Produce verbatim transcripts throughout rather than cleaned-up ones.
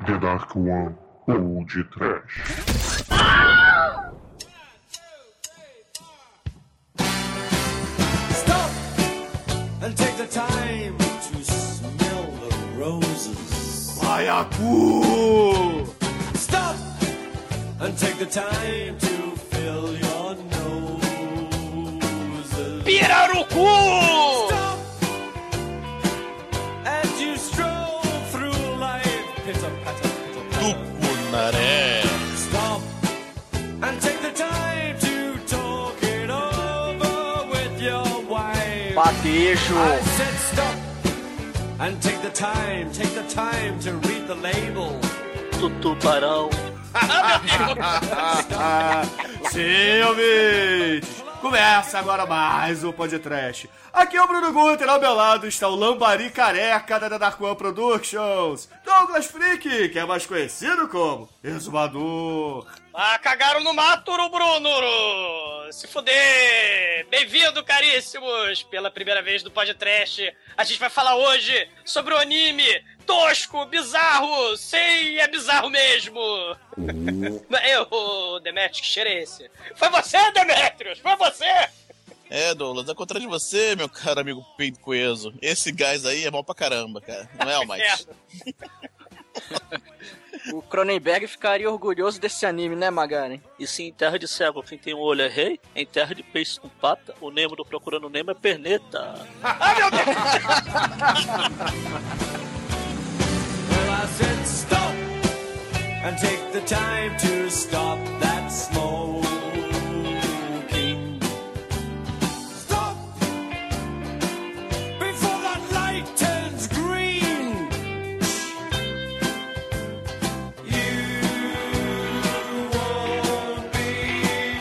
The Dark One ou de Trash. Stop and take the time to smell the roses. Baiacu! Stop and take the time to fill your noses. Pirarucu! Stop as you stroll through life. Pitter patter, pitter patter. Tucunaré. Stop and take the time to talk it over with your wife. Batejo! I said stop and take the time, take the time to read the label. Tubarão. Sim, ouvintes! Começa agora mais um podcast. Aqui é o Bruno Guter, ao meu lado está o Lambari Careca da Dark One Productions, Douglas Freak, que é mais conhecido como Exumador. Ah, cagaram no mato, Bruno! Se fuder! Bem-vindo, caríssimos! Pela primeira vez no podcast, a gente vai falar hoje sobre o anime tosco, bizarro, sim, é bizarro mesmo! Eu, Demetrius, que cheiro é esse? Foi você, Demetrius! Foi você! É, Douglas, ao contrário de você, meu caro amigo Peito Coeso, esse gás aí é bom pra caramba, cara. Não é, Almighty? O Cronenberg ficaria orgulhoso desse anime, né, Magaren? E se em terra de cego quem tem um olho é rei, em terra de peixe com pata, o Nemo do Procurando Nemo é perneta. Ah, meu Deus! Well, I said stop and take the time to stop that smoking. Stop before that light turns green. You won't be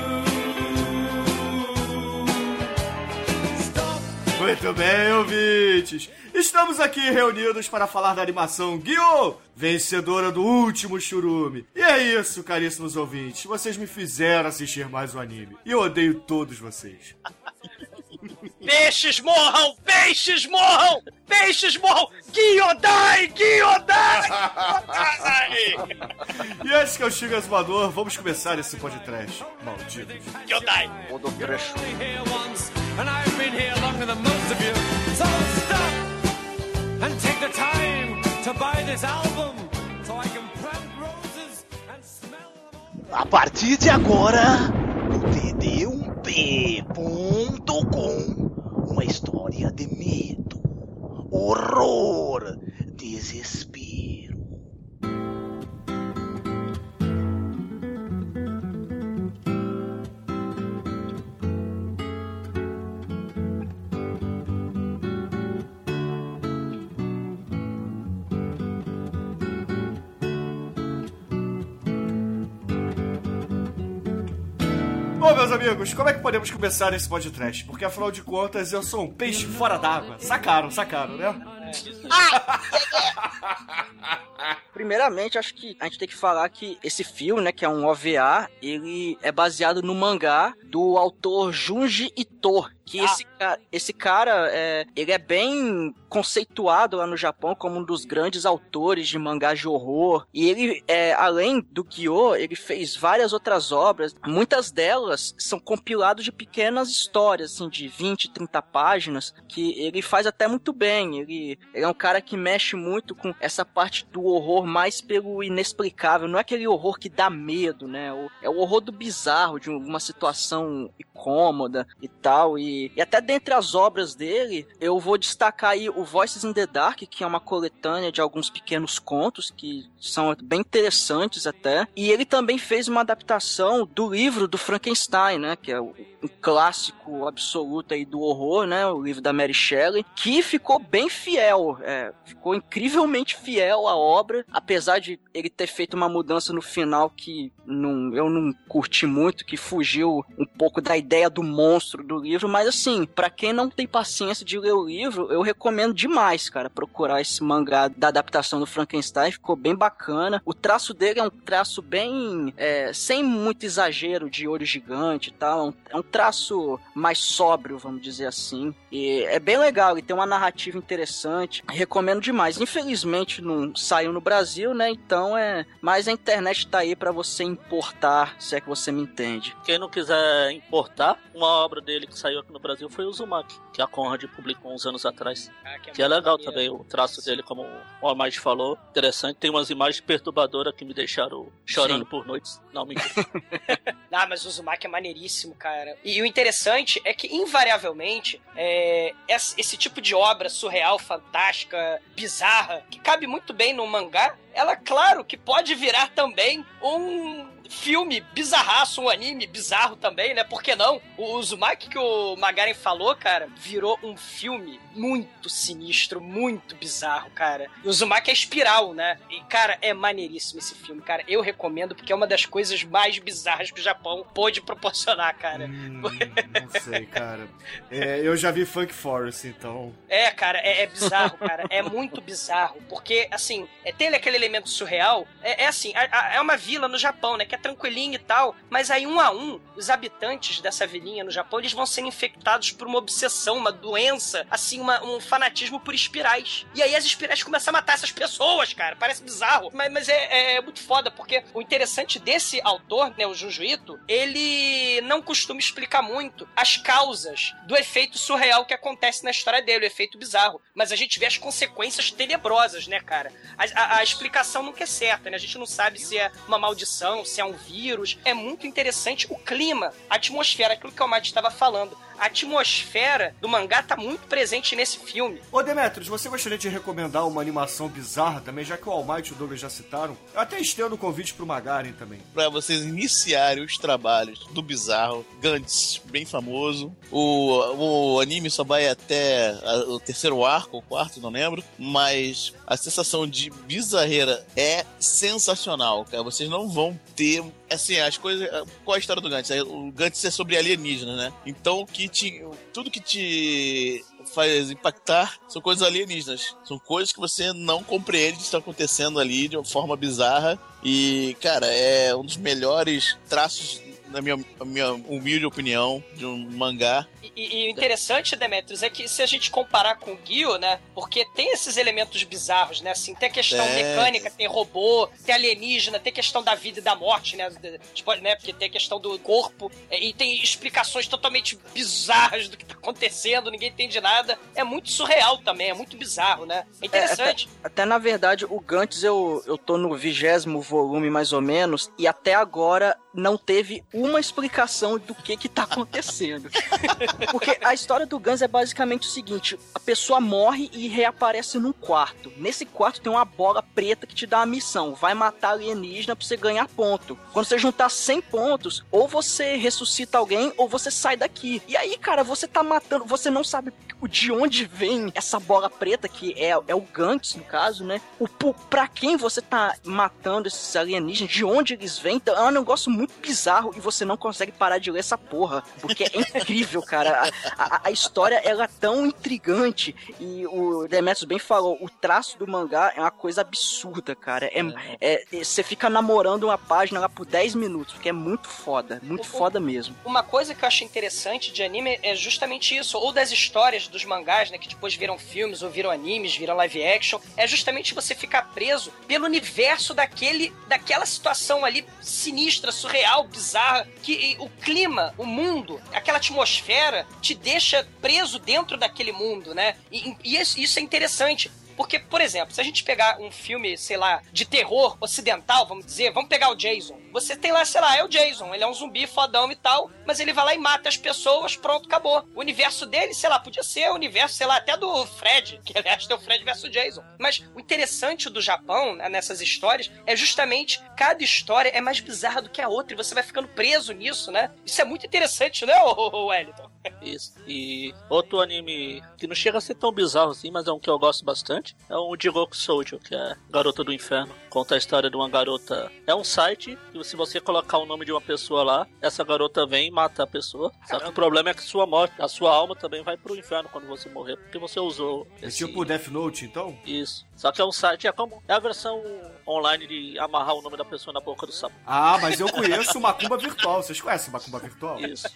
blue. Stop. Muito bem, ouvintes! Estamos aqui reunidos para falar da animação Gyo, vencedora do último churume. E é isso, caríssimos ouvintes. Vocês me fizeram assistir mais um anime. E eu odeio todos vocês. Peixes morram! Peixes morram! Peixes morram! Gyodai! Gyodai! Gyodai! E antes que eu chegue ao Exumador, vamos começar esse podcast. Malditos. Gyodai! Modo trecho. Only here once, and I've been here longer than most of you. So stop and take the time to buy this album so I can plant roses and smell them. A partir de agora, no D D um P ponto com, uma história de medo, horror, desespero. Bom, meus amigos, como é que podemos começar esse podcast? Porque, afinal de contas, eu sou um peixe fora d'água. Sacaram, sacaram, né? Primeiramente, acho que a gente tem que falar que esse filme, né, que é um O V A, ele é baseado no mangá do autor Junji Ito, que ah. esse, ca- esse cara, é, ele é bem conceituado lá no Japão como um dos grandes autores de mangá de horror, e ele, é, além do Gyo, ele fez várias outras obras, muitas delas são compilados de pequenas histórias, assim, de vinte, trinta páginas, que ele faz até muito bem, ele, ele é um cara que mexe muito com essa parte do horror mais pelo inexplicável, não é aquele horror que dá medo, né, o, é o horror do bizarro, de uma situação incômoda e tal, e, e até dentre as obras dele, eu vou destacar aí o Voices in the Dark, que é uma coletânea de alguns pequenos contos, que são bem interessantes até, e ele também fez uma adaptação do livro do Frankenstein, né, que é um clássico absoluto aí do horror, né, o livro da Mary Shelley, que ficou bem fiel, é, ficou incrivelmente fiel à obra, apesar de ele ter feito uma mudança no final que não, eu não curti muito, que fugiu um pouco da ideia do monstro do livro, mas assim, pra quem não tem paciência de ler o livro, eu recomendo demais, cara, procurar esse mangá da adaptação do Frankenstein, ficou bem bacana. O traço dele é um traço bem, é, sem muito exagero de olho gigante e tal, é um, é um traço mais sóbrio, vamos dizer assim, e é bem legal, e tem uma narrativa interessante, recomendo demais. Infelizmente não saiu no Brasil, né, então é, mas a internet tá aí pra você importar, se é que você me entende. Quem não quiser importar, uma obra dele que saiu aqui no Brasil foi o Uzumaki, que a Conrad publicou uns anos atrás. Ah, que é, que é legal maneiro. Também, o traço dele, como o Almighty falou, interessante. Tem umas imagens perturbadoras que me deixaram chorando Sim. por noites. Não, mentira. Ah, mas o Uzumaki é maneiríssimo, cara. E, e o interessante é que, invariavelmente, é, esse, esse tipo de obra surreal, fantástica, bizarra, que cabe muito bem no mangá, ela, claro, que pode virar também um filme bizarraço, um anime bizarro também, né? Por que não? O Uzumaki que o Magaren falou, cara, virou um filme muito sinistro, muito bizarro, cara. E o Uzumaki é espiral, né? E, cara, é maneiríssimo esse filme, cara. Eu recomendo porque é uma das coisas mais bizarras que o Japão pôde proporcionar, cara. Hum, não sei, cara. É, eu já vi Funk Forest, então... É, cara, é, é bizarro, cara. É muito bizarro. Porque, assim, é, tem aquele elemento surreal. É, é assim, a, a, é uma vila no Japão, né? Que é tranquilinho e tal, mas aí um a um, os habitantes dessa vilinha no Japão, eles vão sendo infectados por uma obsessão, uma doença, assim, uma, um fanatismo por espirais. E aí as espirais começam a matar essas pessoas, cara. Parece bizarro, mas, mas é, é muito foda, porque o interessante desse autor, né, o Junji Ito, ele não costuma explicar muito as causas do efeito surreal que acontece na história dele, o efeito bizarro. Mas a gente vê as consequências tenebrosas, né, cara? A, a, a explicação nunca é certa, né? A gente não sabe se é uma maldição, se é um vírus. É muito interessante o clima, a atmosfera, aquilo que o Almighty estava falando. A atmosfera do mangá tá muito presente nesse filme. Ô Demetrius, você gostaria de recomendar uma animação bizarra também, já que o Almighty e o Douglas já citaram? Eu até estendo o convite pro Magaren também. Pra vocês iniciarem os trabalhos do bizarro, Gantz, bem famoso. O, o anime só vai até a, o terceiro arco, o quarto, não lembro. Mas a sensação de bizarreira é sensacional, cara. Vocês não vão ter... Assim, as coisas... Qual é a história do Gantz? O Gantz é sobre alienígenas, né? Então, o que te, tudo que te faz impactar são coisas alienígenas. São coisas que você não compreende o que está acontecendo ali de uma forma bizarra. E, cara, é um dos melhores traços, na minha, minha humilde opinião, de um mangá. E, e o interessante, Demetrius, é que se a gente comparar com o Gyo, né, porque tem esses elementos bizarros, né, assim, tem a questão é. mecânica, tem robô, tem alienígena, tem questão da vida e da morte, né, né, porque tem a questão do corpo, e tem explicações totalmente bizarras do que tá acontecendo, ninguém entende nada, é muito surreal também, é muito bizarro, né, é interessante. É, até, até na verdade, o Gantz, eu, eu tô no vigésimo volume, mais ou menos, e até agora não teve uma explicação do que que tá acontecendo. Porque a história do Gantz é basicamente o seguinte: a pessoa morre e reaparece num quarto. Nesse quarto tem uma bola preta que te dá uma missão. Vai matar alienígena pra você ganhar ponto. Quando você juntar cem pontos, ou você ressuscita alguém, ou você sai daqui. E aí, cara, você tá matando... Você não sabe de onde vem essa bola preta, que é, é o Gantz, no caso, né? O, pra quem você tá matando esses alienígenas, de onde eles vêm. Então, é um negócio muito bizarro e você não consegue parar de ler essa porra. Porque é incrível, cara. A, a, a história, ela é tão intrigante. E o Demetrius bem falou, o traço do mangá é uma coisa absurda, cara. É, é, você fica namorando uma página lá por dez minutos, porque é muito foda. Muito o, foda mesmo. Uma coisa que eu acho interessante de anime é justamente isso, ou das histórias dos mangás, né, que depois viram filmes, ou viram animes, viram live action, é justamente você ficar preso pelo universo daquele, daquela situação ali sinistra, surreal, bizarra, que o clima, o mundo, aquela atmosfera te deixa preso dentro daquele mundo, né? E, e isso é interessante. Porque, por exemplo, se a gente pegar um filme, sei lá, de terror ocidental, vamos dizer, vamos pegar o Jason. Você tem lá, sei lá, é o Jason, ele é um zumbi fodão e tal, mas ele vai lá e mata as pessoas, pronto, acabou. O universo dele, sei lá, podia ser o universo, sei lá, até do Fred, que aliás tem o Fred versus Jason. Mas o interessante do Japão, né, nessas histórias, é justamente cada história é mais bizarra do que a outra e você vai ficando preso nisso, né? Isso é muito interessante, né, ô Wellington? Isso. E outro anime que não chega a ser tão bizarro assim, mas é um que eu gosto bastante, é o Jigoku Shoujo, que é Garota do Inferno. Conta a história de uma garota... É um site que se você colocar o nome de uma pessoa lá, essa garota vem e mata a pessoa. Só que o problema é que sua morte, a sua alma também vai pro inferno quando você morrer, porque você usou esse... É tipo o Death Note, então? Isso. Só que é um site, é como... É a versão online de amarrar o nome da pessoa na boca do sapo. Ah, mas eu conheço o Macumba Virtual. Vocês conhecem o Macumba Virtual? Isso.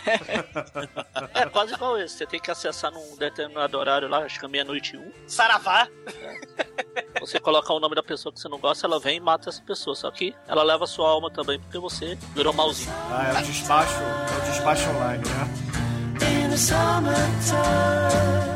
É quase igual esse. Você tem que acessar num determinado horário lá, acho que é meia-noite e um. Saravá. É. Você colocar o nome da pessoa que você não gosta, ela vem e mata essa pessoa. Só que ela leva a sua alma também, porque você virou malzinho. Ah, é o despacho, é o despacho online, né? In the summertime,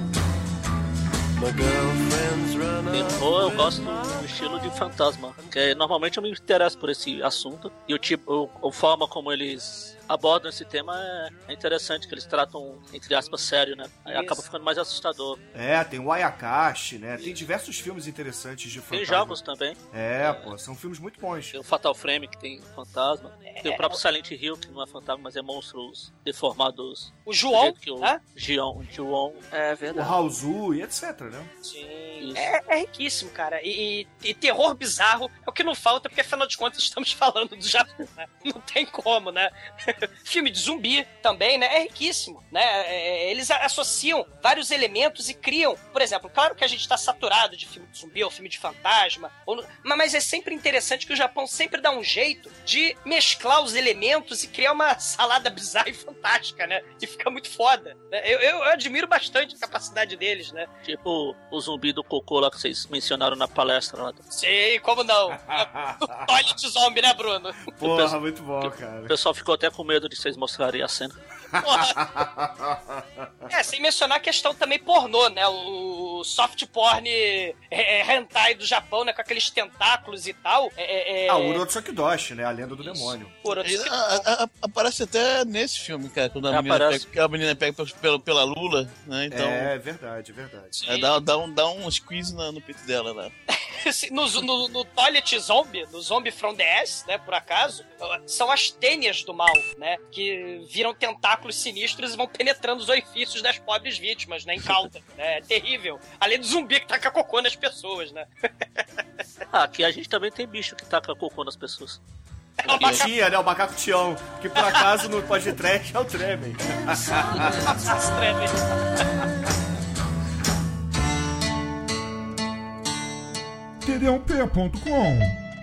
my girlfriend's run Terror, eu gosto do estilo de fantasma, que é, normalmente eu me interesso por esse assunto e o tipo, o, a forma como eles abordam esse tema é, é interessante, que eles tratam, entre aspas, sério, né? Aí Isso. acaba ficando mais assustador. É, tem o Ayakashi, né? Tem diversos filmes interessantes de fantasma. Tem jogos também. É, pô, são filmes muito bons. Tem o Fatal Frame, que tem fantasma. Tem o próprio Silent Hill, que não é fantasma, mas é monstros deformados. O João, que o né? Gion, João. É O verdade. Raozu e etc, né? Sim, Isso. é, é riquíssimo, cara. E, e- e terror bizarro é o que não falta, porque afinal de contas estamos falando do Japão, né? Não tem como, né? Filme de zumbi também, né? É riquíssimo, né? É, eles a- associam vários elementos e criam, por exemplo, claro que a gente tá saturado de filme de zumbi ou filme de fantasma, ou, no- mas mas é sempre interessante que o Japão sempre dá um jeito de mesclar os elementos e criar uma salada bizarra e fantástica, né? E fica muito foda, né? Eu, eu, eu admiro bastante a capacidade deles, né? Tipo o zumbi do cocô lá que vocês mencionaram na palestra lá. Sei, como não? Toilet Zombie, né, Bruno? Porra, muito bom, O cara. pessoal ficou até com medo de vocês mostrarem a cena. Porra. É, sem mencionar a questão também pornô, né? O soft porn é, é, hentai do Japão, né? Com aqueles tentáculos e tal. É, é, Ah, o Urotsukidoshi, né? A lenda do Isso. demônio. Urotsuki- E, a- a- aparece até nesse filme, cara, quando a É, menina aparece. pega, a menina pega pela, pela Lula, né? Então, É, verdade, verdade. é, dá, dá, um, dá um squeeze no, no peito dela lá. no, no, no Toilet Zombie, no Zombie from the Ass, né, por acaso, são as tênias do mal, né, que viram tentáculos sinistros e vão penetrando os orifícios das pobres vítimas, né, em cauda. Né, é terrível. Além do zumbi que taca cocô nas pessoas, né. Ah, aqui a gente também tem bicho que taca cocô nas pessoas. É uma Tinha, né? O macaco Tião, que por acaso no podcast é o Tremen. T D um P ponto com.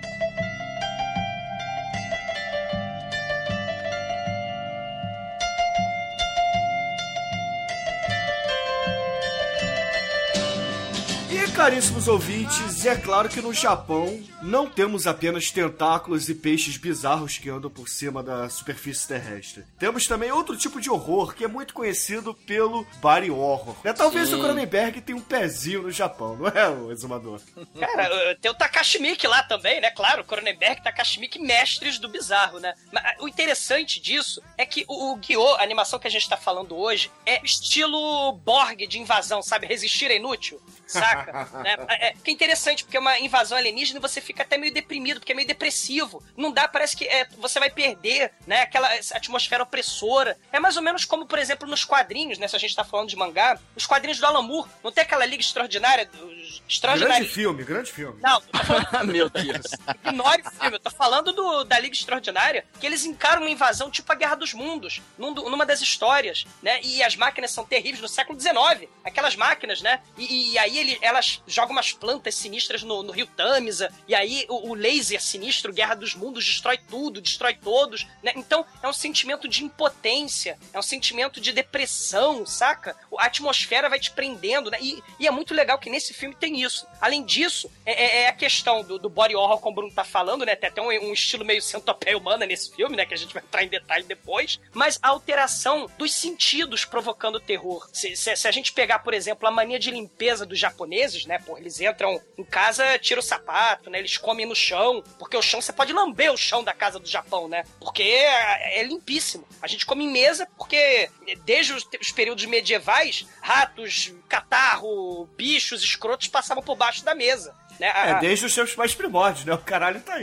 E, caríssimos ouvintes, é claro que no Japão não temos apenas tentáculos e peixes bizarros que andam por cima da superfície terrestre. Temos também outro tipo de horror que é muito conhecido pelo body horror. É, talvez Sim. o Cronenberg tenha um pezinho no Japão, não é, o exumador? Cara, tem o Takashi Miike lá também, né? Claro, Cronenberg, Takashi Miike, mestres do bizarro, né? Mas o interessante disso é que o, o Gyo, a animação que a gente tá falando hoje, é estilo Borg de invasão, sabe? Resistir é inútil, saca? né? É, que é interessante, porque é uma invasão alienígena e você fica até meio deprimido, porque é meio depressivo. Não dá, parece que é, você vai perder, né? Aquela atmosfera opressora. É mais ou menos como, por exemplo, nos quadrinhos, né? Se a gente tá falando de mangá, os quadrinhos do Alan Moore, não tem aquela Liga Extraordinária? Dos extraordinária... Grande filme, grande filme. Não, eu tô falando Meu Deus. Ignore o filme, eu tô falando do, da Liga Extraordinária, que eles encaram uma invasão tipo a Guerra dos Mundos, num, numa das histórias, né? E as máquinas são terríveis no século dezenove, aquelas máquinas, né? E, e aí ele, elas jogam umas plantas sinistras no, no rio Tâmisa, e aí o, o laser sinistro, Guerra dos Mundos, destrói tudo, destrói todos, né? Então é um sentimento de impotência, é um sentimento de depressão, saca? A atmosfera vai te prendendo, né? E, e é muito legal que nesse filme tem isso. Além disso, é, é- é a questão do, do body horror, como o Bruno tá falando, né? Tem até um, um estilo meio centopeia humana nesse filme, né? Que a gente vai entrar em detalhe depois. Mas a alteração dos sentidos provocando terror. Se, se- se a gente pegar, por exemplo, a mania de limpeza dos japoneses, né? Pô, eles entram em casa, tiram o sapato, né? Eles comem no chão, porque o chão, você pode lamber o chão da casa do Japão, né? Porque é, é limpíssimo. A gente come em mesa porque desde os, os períodos medievais, ratos, catarro, bichos, escrotos passavam por baixo da mesa. Né? A- É, desde os tempos mais primórdios, né? O caralho tá aí.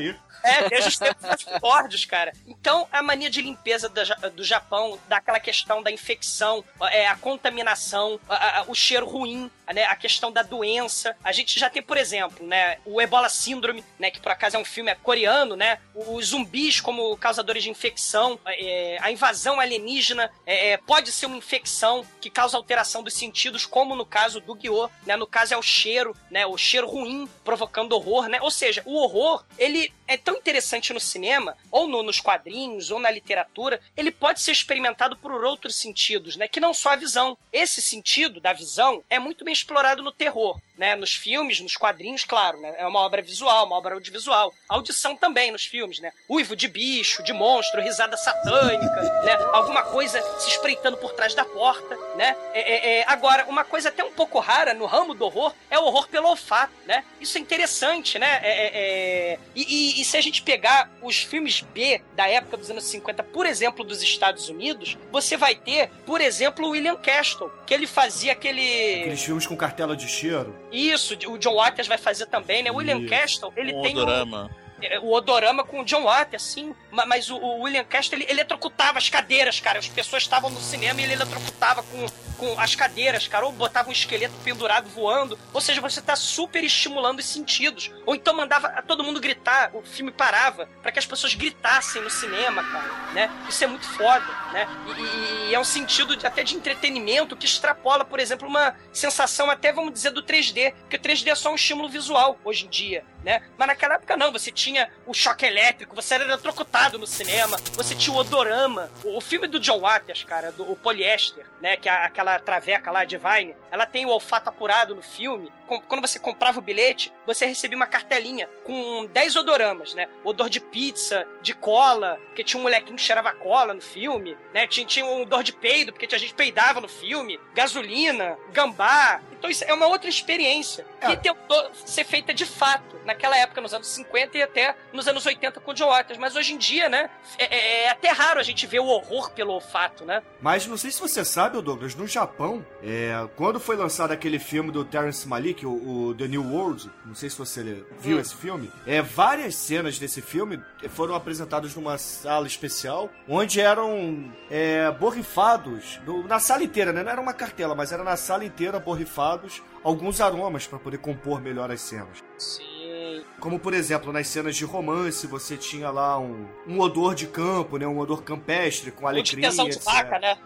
É, desde os tempos dos primórdios, cara. Então, a mania de limpeza do, do Japão, daquela questão da infecção, é, a contaminação, a, a, o cheiro ruim, né, a questão da doença. A gente já tem, por exemplo, né, o Ebola Síndrome, né, que por acaso é um filme coreano, né, os zumbis como causadores de infecção, é, a invasão alienígena é, pode ser uma infecção que causa alteração dos sentidos, como no caso do Guiô, né, no caso é o cheiro, né, o cheiro ruim provocando horror, né, ou seja, o horror, ele é tão interessante no cinema, ou no, nos quadrinhos, ou na literatura, ele pode ser experimentado por outros sentidos, né, que não só a visão. Esse sentido da visão é muito bem explorado no terror, né, nos filmes, nos quadrinhos, claro, né, é uma obra visual, uma obra audiovisual. A audição também nos filmes, né, uivo de bicho, de monstro, risada satânica, né, alguma coisa se espreitando por trás da porta, né. É, é, é, agora, uma coisa até um pouco rara no ramo do horror é o horror pelo olfato, né. Isso é interessante, né, é, é, é... E, e, e se a gente pegar os filmes B da época dos anos cinquenta, por exemplo, dos Estados Unidos, você vai ter, por exemplo, o William Castle, que ele fazia aquele... Aqueles filmes com cartela de cheiro. Isso, o John Waters vai fazer também, né? O William Isso. Castle, ele um tem odorama. Um... O odorama com o John Waters, sim. Mas o, o William Castle, ele eletrocutava as cadeiras, cara. As pessoas estavam no cinema e ele eletrocutava com, com as cadeiras, cara. Ou botava um esqueleto pendurado voando. Ou seja, você tá super estimulando os sentidos. Ou então mandava todo mundo gritar. O filme parava pra que as pessoas gritassem no cinema, cara, né? Isso é muito foda, né? E, e, e é um sentido de, até de entretenimento que extrapola, por exemplo, uma sensação até, vamos dizer, do três D. Porque o três D é só um estímulo visual hoje em dia, né? Mas naquela época não, você tinha o choque elétrico, você era eletrocutado no cinema, você tinha o odorama. O, o filme do John Waters, cara, do o Polyester, né, que é aquela traveca lá, Divine, ela tem o olfato apurado no filme. Com, quando você comprava o bilhete, você recebia uma cartelinha com dez odoramas, né? Odor de pizza, de cola, porque tinha um molequinho que cheirava cola no filme, né? Tinha, tinha um odor de peido, porque tinha gente que peidava no filme, gasolina, gambá. Então isso é uma outra experiência que é. tentou ser feita de fato naquela época, nos anos cinquenta e até nos anos oitenta com o John Waters. Mas hoje em dia, né, é, é até raro a gente ver o horror pelo olfato, né? Mas não sei se você sabe, Douglas, no Japão, é, quando foi lançado aquele filme do Terrence Malick, o, o The New World, não sei se você viu hum. esse filme, é, várias cenas desse filme foram apresentadas numa sala especial, onde eram é, borrifados, no, na sala inteira, né? Não era uma cartela, mas era na sala inteira borrifados alguns aromas para poder compor melhor as cenas. Sim. Como, por exemplo, nas cenas de romance, você tinha lá um, um odor de campo, né? Um odor campestre, com alecrim, de tesão de vaca, né?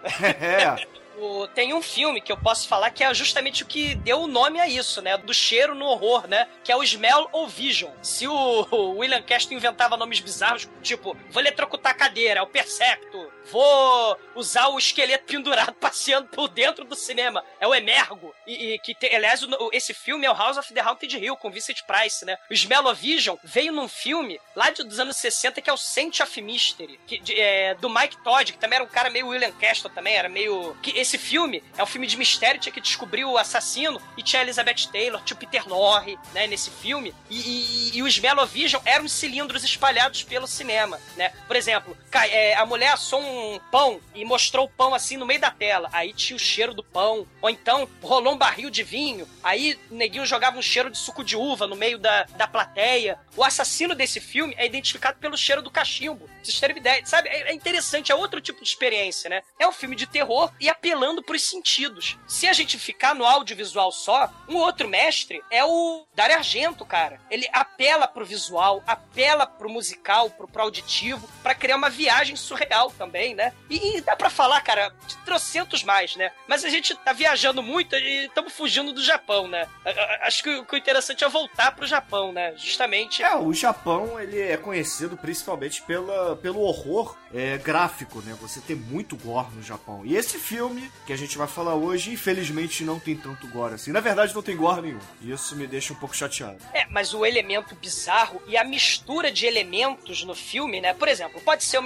É. Tem um filme que eu posso falar que é justamente o que deu o nome a isso, né? Do cheiro no horror, né? Que é o Smell ou Vision. Se o William Castle inventava nomes bizarros, tipo, vou eletrocutar a cadeira, é o Percepto. Vou usar o esqueleto pendurado passeando por dentro do cinema, é o Emergo. E, e que, tem, aliás, o, esse filme é o House of the Haunted Hill, com Vincent Price, né? O Smell of Vision veio num filme lá de, dos anos sessenta, que é o Scent of Mystery, que, de, é, do Mike Todd, que também era um cara meio William Castle também, era meio... Que esse filme é um filme de mistério, tinha que descobrir o assassino, e tinha a Elizabeth Taylor, tinha o Peter Lorre, né, nesse filme, e, e, e o Smell of Vision eram cilindros espalhados pelo cinema, né? Por exemplo, é, a mulher assou um pão e mostrou o pão assim no meio da tela, aí tinha o cheiro do pão, ou então rolou um barril de vinho, aí o neguinho jogava um cheiro de suco de uva no meio da, da plateia. O assassino desse filme é identificado pelo cheiro do cachimbo. Vocês terem ideia, sabe? É, é interessante, é outro tipo de experiência, né? É um filme de terror e apelando pros sentidos. Se a gente ficar no audiovisual só, um outro mestre é o Dario Argento, cara. Ele apela pro visual, apela pro musical, pro, pro auditivo, pra criar uma viagem surreal também, né? E, e dá pra falar, cara, de trocentos mais, né? Mas a gente tá viajando muito e estamos fugindo do Japão, né? Acho que o, que o interessante é voltar pro Japão, né? Justamente. É, o Japão, ele é conhecido principalmente pela, pelo horror é, gráfico, né? Você tem muito gore no Japão. E esse filme que a gente vai falar hoje, infelizmente não tem tanto gore assim. Na verdade, não tem gore nenhum. E isso me deixa um pouco chateado. É, mas o elemento bizarro e a mistura de elementos no filme, né? Por exemplo, pode ser uma,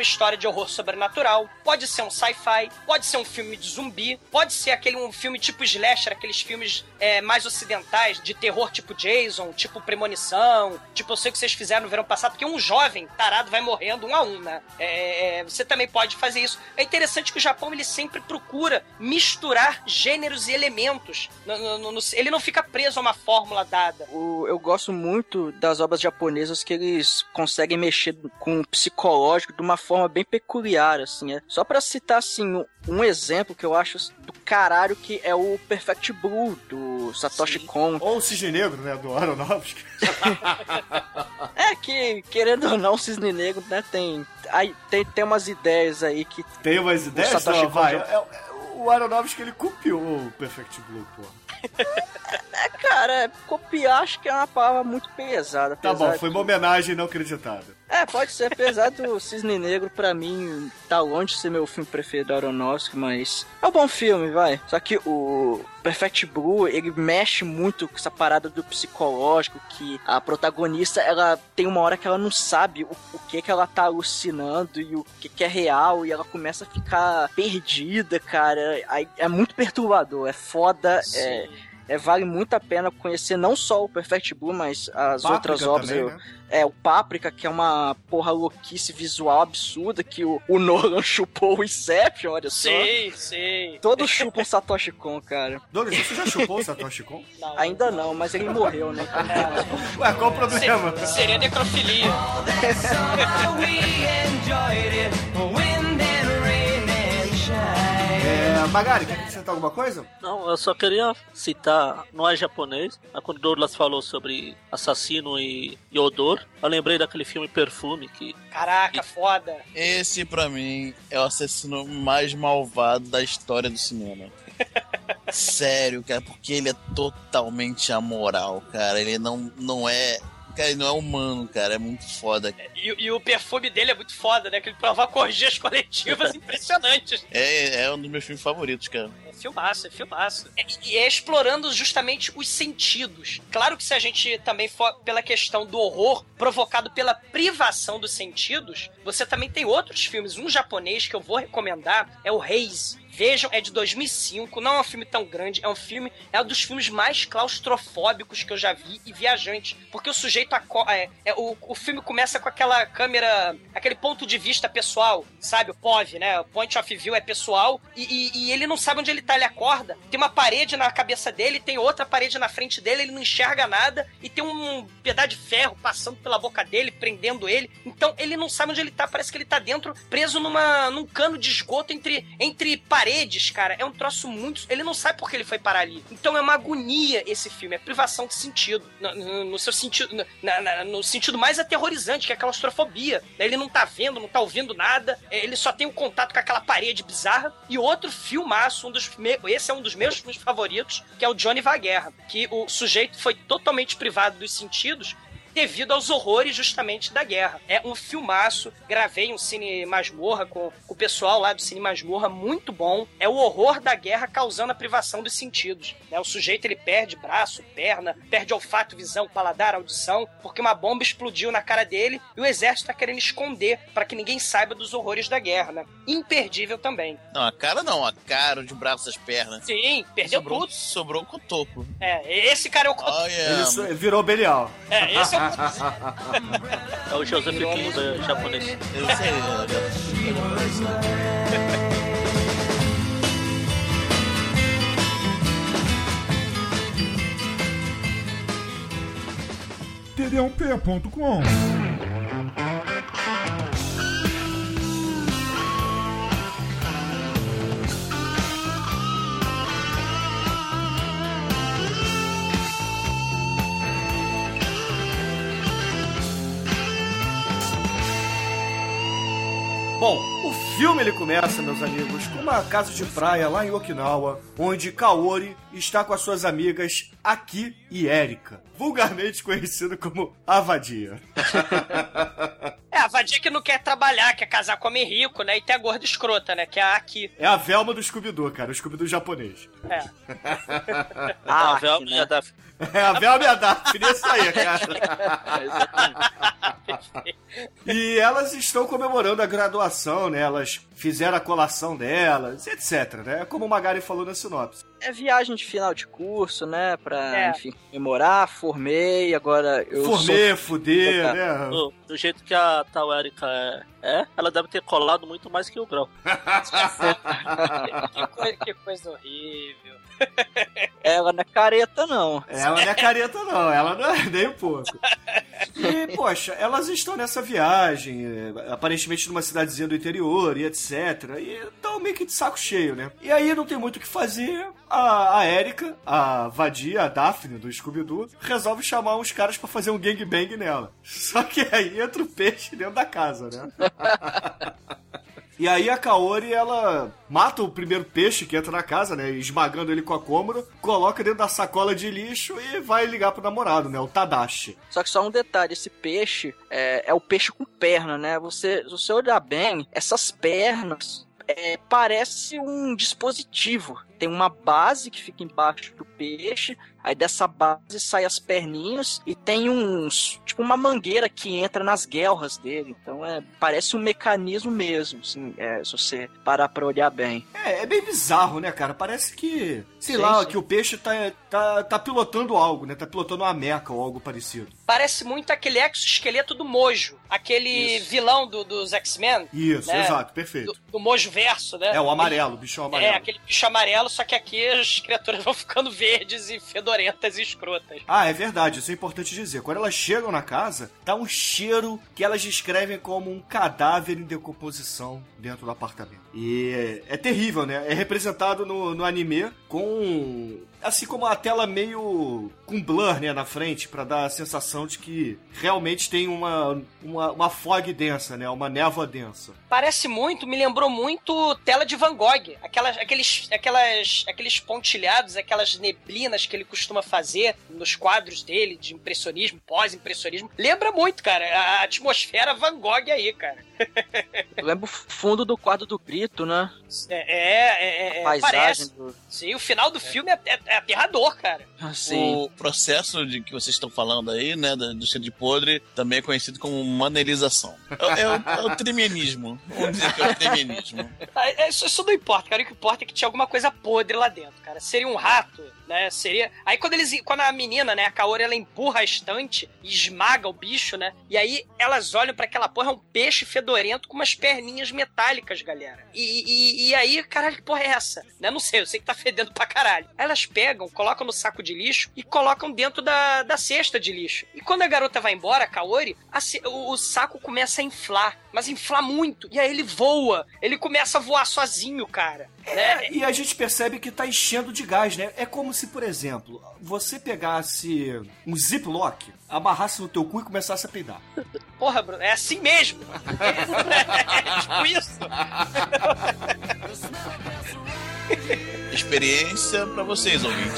uma história de horror sobrenatural, pode ser um sci-fi, pode ser um filme de zumbi, pode ser aquele um filme tipo slasher, aqueles filmes é, mais ocidentais, de terror tipo Jason, tipo Premonição, tipo eu sei que vocês fizeram no verão passado, porque um jovem tarado vai morrendo um a um, né? É, é, você também pode fazer isso. É interessante que o Japão, ele sempre procura misturar gêneros e elementos. No, no, no, ele não fica preso a uma fórmula dada. O, eu gosto muito das obras japonesas que eles conseguem mexer com o psicológico de uma forma bem peculiar, assim. É. Só pra citar, assim, um, um exemplo que eu acho do caralho, que é o Perfect Blue, do Satoshi Sim. Kon. Ou o Cisne Negro, né, do Aronofsky. É que, querendo ou não, o Cisne Negro, né, tem, aí, tem, tem umas ideias aí que... Tem umas ideias? Satoshi Não, vai. Kon É, é, o Aronofsky, ele copiou o Perfect Blue, pô. É, cara, copiar acho que é uma palavra muito pesada. Tá bom, de... foi uma homenagem não acreditada. É, pode ser, apesar do Cisne Negro, pra mim, tá longe de ser meu filme preferido do Aronofsky, mas é um bom filme, vai. Só que o Perfect Blue, ele mexe muito com essa parada do psicológico, que a protagonista, ela tem uma hora que ela não sabe o, o que que ela tá alucinando e o que que é real, e ela começa a ficar perdida, cara. Aí é muito perturbador, é foda, é... É, vale muito a pena conhecer não só o Perfect Blue, mas as Páprica outras obras. também, eu, né? É, o Páprica, que é uma porra louquice visual absurda, que o, o Nolan chupou o Inception, olha só. Sei, sei. Todos chupam Satoshi Kon, cara. Douglas, você já chupou o Satoshi Kon? Não. Ainda não, mas ele morreu, né? Ué, qual o problema? Se- seria necrofilia. É, Magari, quer acrescentar alguma coisa? Não, eu só queria citar, não é japonês, mas quando o Douglas falou sobre assassino e, e odor, eu lembrei daquele filme Perfume, que Caraca, foda. Esse, pra mim, é o assassino mais malvado da história do cinema. Sério, cara, porque ele é totalmente amoral, cara. Ele não, não é... Cara, ele não é humano, cara. É muito foda. E, e o perfume dele é muito foda, né? Que ele provoca orgias coletivas impressionantes. É, é um dos meus filmes favoritos, cara. É filmaço, é filmaço. É, e é explorando justamente os sentidos. Claro que se a gente também for pela questão do horror provocado pela privação dos sentidos, você também tem outros filmes. Um japonês que eu vou recomendar é o Haze. Vejam, é de dois mil e cinco, não é um filme tão grande, é um filme, é um dos filmes mais claustrofóbicos que eu já vi e viajante, porque o sujeito, aco- é, é, o, o filme começa com aquela câmera, aquele ponto de vista pessoal, sabe, o P O V, né, o Point of View é pessoal, e, e, e ele não sabe onde ele tá, ele acorda, tem uma parede na cabeça dele, tem outra parede na frente dele, ele não enxerga nada, e tem um pedaço de ferro passando pela boca dele, prendendo ele, então ele não sabe onde ele tá, parece que ele tá dentro, preso numa, num cano de esgoto entre, entre paredes, paredes, cara, é um troço muito... Ele não sabe por que ele foi parar ali. Então é uma agonia esse filme, é privação de sentido. No, no, no seu sentido... No, na, na, no sentido mais aterrorizante, que é a claustrofobia. Ele não tá vendo, não tá ouvindo nada, ele só tem um contato com aquela parede bizarra. E outro filmaço, um dos me... esse é um dos meus filmes favoritos, que é o Johnny vai à Guerra. Que o sujeito foi totalmente privado dos sentidos devido aos horrores justamente da guerra. É um filmaço, gravei um Cine Masmorra com, com o pessoal lá do Cine Masmorra, muito bom. É o horror da guerra causando a privação dos sentidos. Né? O sujeito, ele perde braço, perna, perde olfato, visão, paladar, audição, porque uma bomba explodiu na cara dele e o exército tá querendo esconder para que ninguém saiba dos horrores da guerra, né? Imperdível também. Não, a cara não, a cara, de braços, as pernas. Sim, perdeu sobrou, tudo. Sobrou o cotoco. É, esse cara é o... Oh, yeah. Ele so- ele virou Belial. É, esse é o... é o Joseph Klimber japonês. Eu sei, T D um P ponto com. Bom, o filme ele começa, meus amigos, com uma casa de praia lá em Okinawa, onde Kaori está com as suas amigas Aki e Erika, vulgarmente conhecido como a Vadia. É, a vadia que não quer trabalhar, quer casar com homem rico, né? E tem a gorda escrota, né? Que é a Aki. É a Velma do Scooby-Doo, cara. O Scooby-Doo japonês. É. Ah, a Velma e a Daphne. É a Velma e a Daphne, isso aí, cara. E elas estão comemorando a graduação, né? Elas fizeram a colação delas, etcétera, né? Como o Magari falou na sinopse. É viagem de final de curso, né? Pra, É. enfim, comemorar, formei, agora eu Formei, sou... fuder, Tá. né? Do, do jeito que a tal Erika é, é, ela deve ter colado muito mais que o Grau. que, coi- que coisa horrível. Ela não é careta, não. Ela não é careta, não. Ela não é nem um pouco. E, poxa, elas estão nessa viagem, é, aparentemente numa cidadezinha do interior e etcétera. E estão meio que de saco cheio, né? E aí não tem muito o que fazer. A, a Erika, a Vadia, a Daphne do Scooby-Doo, resolve chamar uns caras pra fazer um gangbang nela. Só que aí entra o peixe dentro da casa, né? E aí a Kaori, ela mata o primeiro peixe que entra na casa, né? Esmagando ele com a cômoda, coloca dentro da sacola de lixo e vai ligar pro namorado, né? O Tadashi. Só que só um detalhe, esse peixe é, é o peixe com perna, né? Você, se você olhar bem, essas pernas é, parece um dispositivo. Tem uma base que fica embaixo do peixe, aí dessa base sai as perninhas e tem uns, tipo uma mangueira que entra nas guelras dele. Então é, parece um mecanismo mesmo, assim, é, se você parar pra olhar bem. É, é bem bizarro, né, cara? Parece que, sei Sim, lá, sim. que o peixe tá, tá, tá pilotando algo, né? Tá pilotando uma meca ou algo parecido. Parece muito aquele exoesqueleto do Mojo. Aquele Isso. vilão do- dos X-Men. Isso, né? exato, perfeito. Do, do Mojo Verso, né? É, o amarelo, o bichão amarelo. É, aquele bicho amarelo, só que aqui as criaturas vão ficando verdes e fedorentas e escrotas. Ah, é verdade, isso é importante dizer. Quando elas chegam na casa, tá um cheiro que elas descrevem como um cadáver em decomposição dentro do apartamento. E é, é terrível, né? É representado no, no anime com... assim como a tela meio com blur, né, na frente, pra dar a sensação de que realmente tem uma, uma, uma fog densa, né? Uma névoa densa. Parece muito, me lembrou muito tela de Van Gogh. Aquelas, aqueles, aquelas, aqueles pontilhados, aquelas neblinas que ele costuma fazer nos quadros dele, de impressionismo, pós-impressionismo. Lembra muito, cara, a atmosfera Van Gogh aí, cara. Eu lembro o fundo do quadro do Grito, né? É, é, é, é Paisagem parece. do... Sim, o final do filme é, é, é aterrador, cara. Sim. O processo de que vocês estão falando aí, né, da- do cheiro de podre, também é conhecido como manelização. É, é o, é o tremienismo. Vamos dizer que é o tremienismo. Ah, é, Isso, isso não importa, cara. O que importa é que tinha alguma coisa podre lá dentro, cara. Seria um rato, né? Seria. Aí quando eles. Quando a menina, né, a Kaori, ela empurra a estante e esmaga o bicho, né? E aí elas olham pra aquela porra, é um peixe fedorento com umas perninhas metálicas, galera. E, e, e aí, caralho, que porra é essa? Né? Não sei, eu sei que tá fedendo pra caralho. Aí elas pegam, colocam no saco de lixo e colocam dentro da, da cesta de lixo. E quando a garota vai embora, a Kaori, a ce- o, o saco começa a inflar. Mas inflar muito. E aí ele voa. Ele começa a voar sozinho, cara. Né? É, e a gente percebe que tá enchendo de gás, né? É como se, por exemplo, você pegasse um ziplock, amarrasse no teu cu e começasse a peidar. Porra, Bruno, é assim mesmo. É tipo isso. Experiência pra vocês, ouvintes.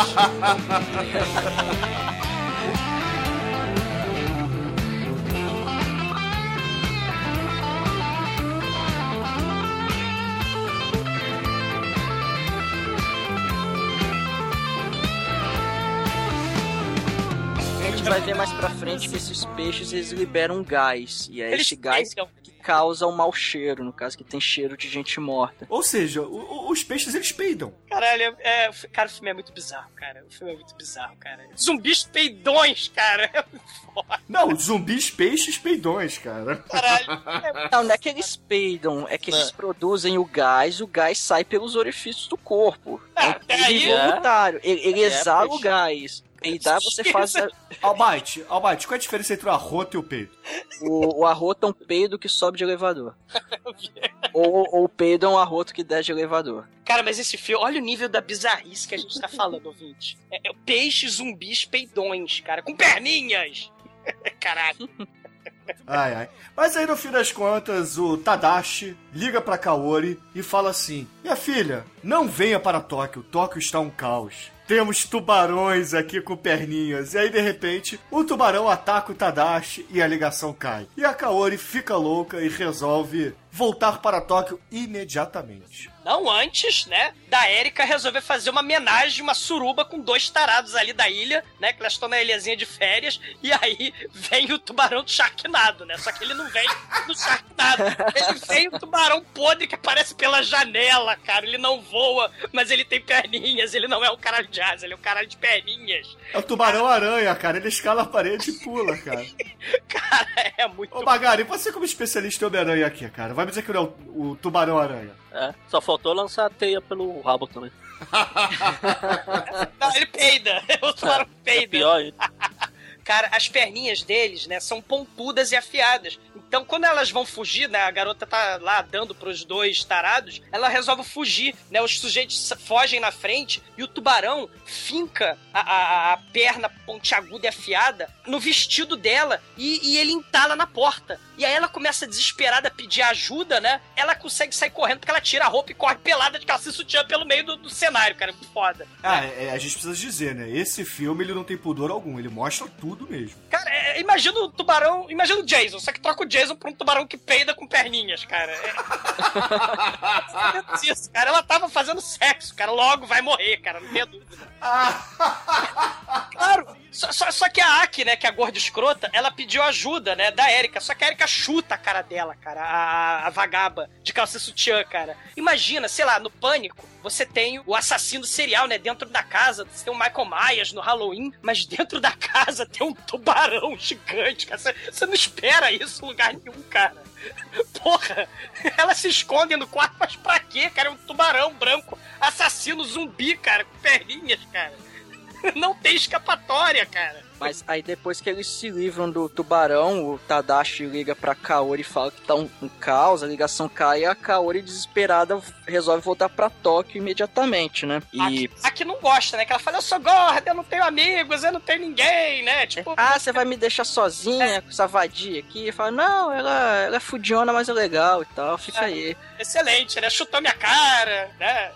A gente vai ver mais pra frente que esses peixes, eles liberam um gás. E é Eles esse gás pensam. que causa um mau cheiro, no caso, que tem cheiro de gente morta. Ou seja, o- o- os peixes eles peidam. Caralho, é, é, cara, o filme é muito bizarro, cara. O filme é muito bizarro, cara. Zumbis peidões, cara. É muito foda. Não, zumbis, peixes, peidões, cara. Caralho. É, Não, não é que eles peidam, é que eles É. produzem o gás e o gás sai pelos orifícios do corpo. Ah, É um até peido aí- involuntário. Ele, ele É, exala peixe. o gás. Peidar, você faz a- Albite, Albite, qual é a diferença entre o arroto e o peido? o, o arroto é um peido que sobe de elevador. ou, ou o peido é um arroto que desce de elevador. Cara, mas esse filme, olha o nível da bizarrice que a gente tá falando, ouvinte. É, é peixes, zumbis, peidões, cara, com perninhas. Caralho. Ai, ai. Mas aí, no fim das contas, o Tadashi liga pra Kaori e fala assim: minha filha, não venha para Tóquio, Tóquio está um caos. temos tubarões aqui com perninhas. E aí, de repente, o tubarão ataca o Tadashi e a ligação cai. E a Kaori fica louca e resolve voltar para Tóquio imediatamente. Não antes, né, da Erika resolver fazer uma homenagem, uma suruba com dois tarados ali da ilha, né, que elas estão na ilhazinha de férias, e aí vem o tubarão do Sharknado, né, só que ele não vem do Sharknado, ele vem o tubarão podre que aparece pela janela, cara, ele não voa, mas ele tem perninhas, ele não é um caralho de asa, ele é um caralho de perninhas. É o tubarão-aranha, cara, ele escala a parede e pula, cara. Cara, é muito... Ô, Magari, você como especialista em Homem-Aranha aqui, cara, vai me dizer que não é o, o tubarão-aranha. É, só faltou lançar a teia pelo rabo também. Não, ele peida. O tubarão peida. É pior ainda. Cara, as perninhas deles, né, são pontudas e afiadas. Então, quando elas vão fugir, né, a garota tá lá dando pros dois tarados, ela resolve fugir, né, os sujeitos fogem na frente e o tubarão finca a, a, a perna pontiaguda e afiada no vestido dela e, e ele entala na porta. E aí ela começa desesperada a pedir ajuda, né, ela consegue sair correndo porque ela tira a roupa e corre pelada de calça e sutiã pelo meio do, do cenário, cara, muito foda. Ah, é, a gente precisa dizer, né, esse filme ele não tem pudor algum, ele mostra tudo mesmo. Cara, é, imagina o tubarão, imagina o Jason, só que troca o Jason pra um tubarão que peida com perninhas, cara. É... Isso, cara, ela tava fazendo sexo, cara, logo vai morrer, cara, não tenha dúvida. Claro, só, só, só que a Aki, né, que é a gorda escrota, ela pediu ajuda, né, da Erika, só que a Erika chuta a cara dela, cara, a, a vagaba de calça e sutiã, cara. Imagina, sei lá, no Pânico, você tem o assassino serial, né, dentro da casa, você tem o Michael Myers no Halloween, mas dentro da casa tem um tubarão gigante, cara, você, você não espera isso em lugar nenhum, cara. Porra, elas se escondem no quarto, mas pra quê, cara? É um tubarão branco, assassino zumbi, cara, com perninhas, cara. Não tem escapatória, cara. Mas aí depois que eles se livram do tubarão, o Tadashi liga pra Kaori e fala que tá um, um caos, a ligação cai e a Kaori, desesperada, resolve voltar pra Tóquio imediatamente, né? E... Aqui, aqui não gosta, né? Que ela fala, eu sou gorda, eu não tenho amigos, eu não tenho ninguém, né? Tipo... Ah, você vai me deixar sozinha é. com essa vadia aqui? Fala, não, ela, ela é fudiona, mas é legal e tal, fica é. aí. Excelente, né? Chutou minha cara, né?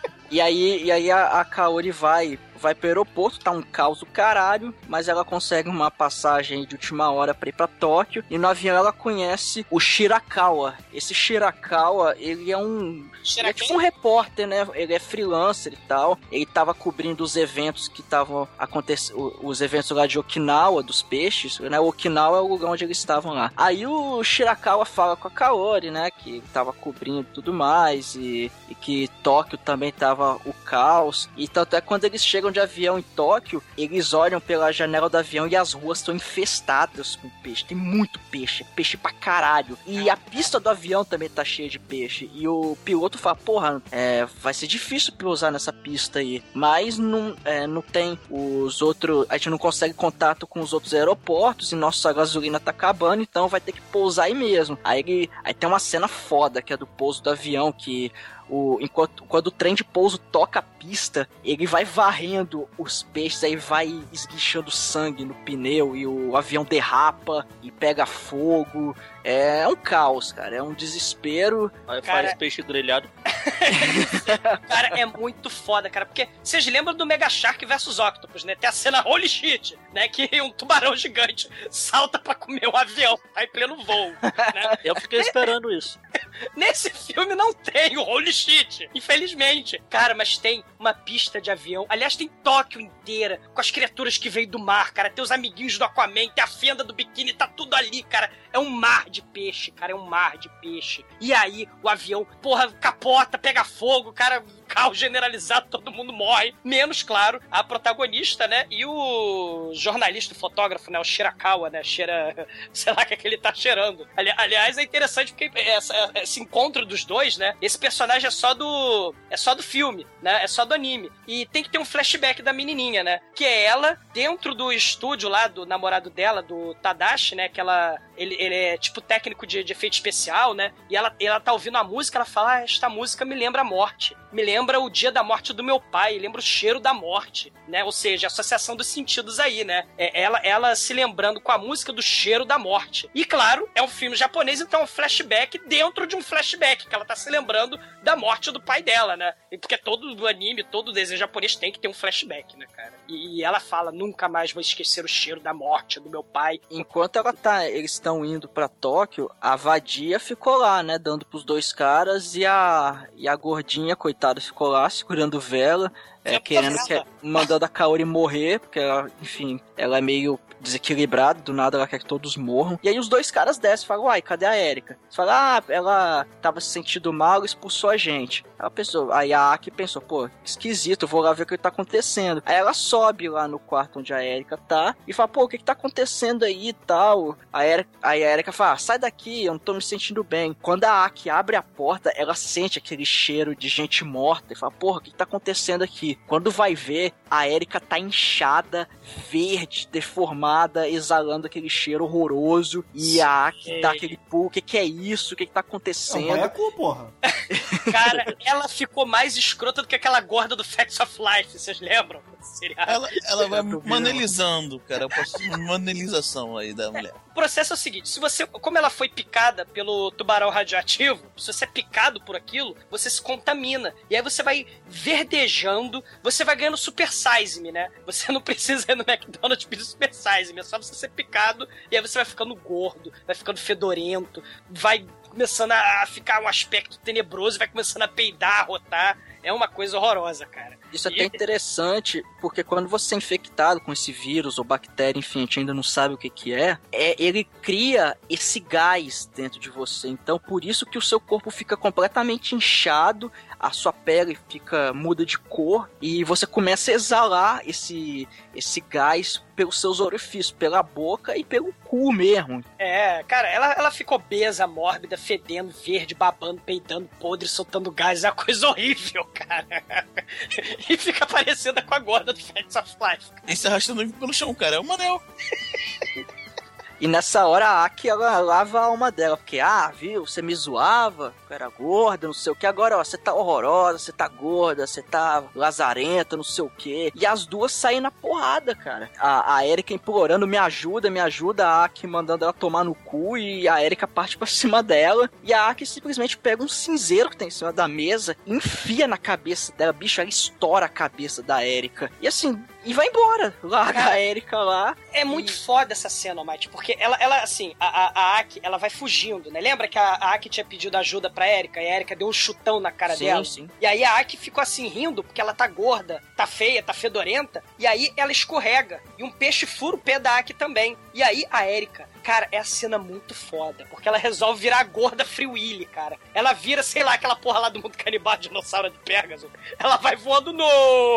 E aí, e aí a, a Kaori vai... vai pro aeroporto, tá um caos do caralho, mas ela consegue uma passagem de última hora pra ir pra Tóquio, e no avião ela conhece o Shirakawa. Esse Shirakawa, ele é um... Ele é tipo um repórter, né? Ele é freelancer e tal. Ele tava cobrindo os eventos que estavam acontecendo, os eventos lá de Okinawa, dos peixes, né? O Okinawa é o lugar onde eles estavam lá. Aí o Shirakawa fala com a Kaori, né? Que ele tava cobrindo tudo mais, e, e que Tóquio também tava o caos. E tanto é que quando eles chegam de avião em Tóquio, eles olham pela janela do avião e as ruas estão infestadas com peixe. Tem muito peixe, peixe pra caralho. E a pista do avião também tá cheia de peixe. E o piloto fala, porra, é, vai ser difícil pousar nessa pista aí. Mas não, é, não tem os outros... A gente não consegue contato com os outros aeroportos e nossa gasolina tá acabando, então vai ter que pousar aí mesmo. Aí, ele, aí tem uma cena foda, que é do pouso do avião, que... O, enquanto, quando o trem de pouso toca a pista, ele vai varrendo os peixes, aí vai esguichando sangue no pneu e o avião derrapa e pega fogo. É um caos, cara, é um desespero. Aí cara... faz peixe grelhado. Cara, é muito foda, cara, porque vocês lembram do Mega Shark versus Octopus, né? Tem a cena holy shit, né? Que um tubarão gigante salta pra comer um avião, tá em pleno voo, né? Eu fiquei esperando isso. Nesse filme não tem o holy shit, infelizmente. Cara, mas tem uma pista de avião. Aliás, tem Tóquio inteira, com as criaturas que veio do mar, cara. Tem os amiguinhos do Aquaman, tem a fenda do biquíni, tá tudo ali, cara. É um mar de peixe, cara, é um mar de peixe. E aí, o avião, porra, capota, pega fogo, cara, caos generalizado, todo mundo morre. Menos, claro, a protagonista, né? E o jornalista, o fotógrafo, né? O Shirakawa, né? Cheira... Sei lá o que é que ele tá cheirando. Ali, aliás, é interessante porque essa, esse encontro dos dois, né? Esse personagem é só do... É só do filme, né? É só do anime. E tem que ter um flashback da menininha, né? Que é ela dentro do estúdio lá do namorado dela, do Tadashi, né? Que ela... Ele, ele é tipo técnico de, de efeito especial, né? E ela, ela tá ouvindo a música, ela fala, ah, esta música me lembra a morte. Me lembra lembra o dia da morte do meu pai, lembra o cheiro da morte, né? Ou seja, a associação dos sentidos aí, né? É ela, ela se lembrando com a música do cheiro da morte. E claro, é um filme japonês, então é um flashback dentro de um flashback, que ela tá se lembrando da morte do pai dela, né? Porque todo anime, todo desenho japonês tem que ter um flashback, né, cara? E, e ela fala, nunca mais vou esquecer o cheiro da morte do meu pai. Enquanto ela tá, eles estão indo pra Tóquio, a vadia ficou lá, né, dando pros dois caras, e a, e a gordinha, coitada, ficou lá segurando vela, é, querendo que, mandando a Kaori morrer, porque ela, enfim, ela é meio desequilibrada, do nada ela quer que todos morram. E aí os dois caras descem e falam, uai, cadê a Erika? Você fala, ah, ela tava se sentindo mal, expulsou a gente. Ela pensou, aí a Aki pensou, pô, esquisito, eu vou lá ver o que tá acontecendo. Aí ela sobe lá no quarto onde a Erika tá e fala, pô, o que que tá acontecendo aí e tal? A Erika, aí a Erika fala, ah, sai daqui, eu não tô me sentindo bem. Quando a Aki abre a porta, ela sente aquele cheiro de gente morta e fala, porra, o que que tá acontecendo aqui? Quando vai ver, a Erika tá inchada, verde, deformada, exalando aquele cheiro horroroso, e a Aki dá aquele pulo, o que que é isso? O que que tá acontecendo? Não, é cu, porra. Cara, ela ficou mais escrota do que aquela gorda do Facts of Life, vocês lembram? Ela, ela vai manelizando, cara, uma manelização aí da mulher. O processo é o seguinte, se você, como ela foi picada pelo tubarão radioativo, se você é picado por aquilo, você se contamina, e aí você vai verdejando, você vai ganhando super size me, né? Você não precisa ir no McDonald's pedir super size me, é só você ser picado, e aí você vai ficando gordo, vai ficando fedorento, vai começando a ficar um aspecto tenebroso, vai começando a peidar, a rotar. É uma coisa horrorosa, cara. Isso é até interessante, porque quando você é infectado com esse vírus ou bactéria, enfim, a gente ainda não sabe o que que é, é, ele cria esse gás dentro de você. Então, por isso que o seu corpo fica completamente inchado, a sua pele fica muda de cor e você começa a exalar esse, esse gás pelos seus orifícios, pela boca e pelo cu mesmo. É, cara, ela, ela ficou obesa, mórbida, fedendo, verde, babando, peidando, podre, soltando gás. É uma coisa horrível, cara. E fica parecida com a gorda do Facts of Life. E se arrastando pelo chão, cara. É um Manel. E nessa hora a Aki, ela lava a alma dela, porque, ah, viu, você me zoava, eu era gorda, não sei o que, agora, ó, você tá horrorosa, você tá gorda, você tá lazarenta, não sei o que. E as duas saem na porrada, cara. A, a Erika implorando, me ajuda, me ajuda, a Aki mandando ela tomar no cu, e a Erika parte pra cima dela, e a Aki simplesmente pega um cinzeiro que tem em cima da mesa, enfia na cabeça dela, bicho, ela estoura a cabeça da Erika. E assim, e vai embora, larga cara, a Erika lá. É muito e... foda essa cena, Mate, porque ela, ela assim, a, a, a Aki, ela vai fugindo, né? Lembra que a, a Aki tinha pedido ajuda pra Erika, e a Erika deu um chutão na cara sim, dela? Sim. E aí a Aki ficou assim, rindo, porque ela tá gorda, tá feia, tá fedorenta, e aí ela escorrega, e um peixe fura o pé da Aki também. E aí a Erika, cara, é a cena muito foda, porque ela resolve virar a gorda Free Willy, cara. Ela vira, sei lá, aquela porra lá do mundo canibal, dinossauro de Pegasus. Ela vai voando, no!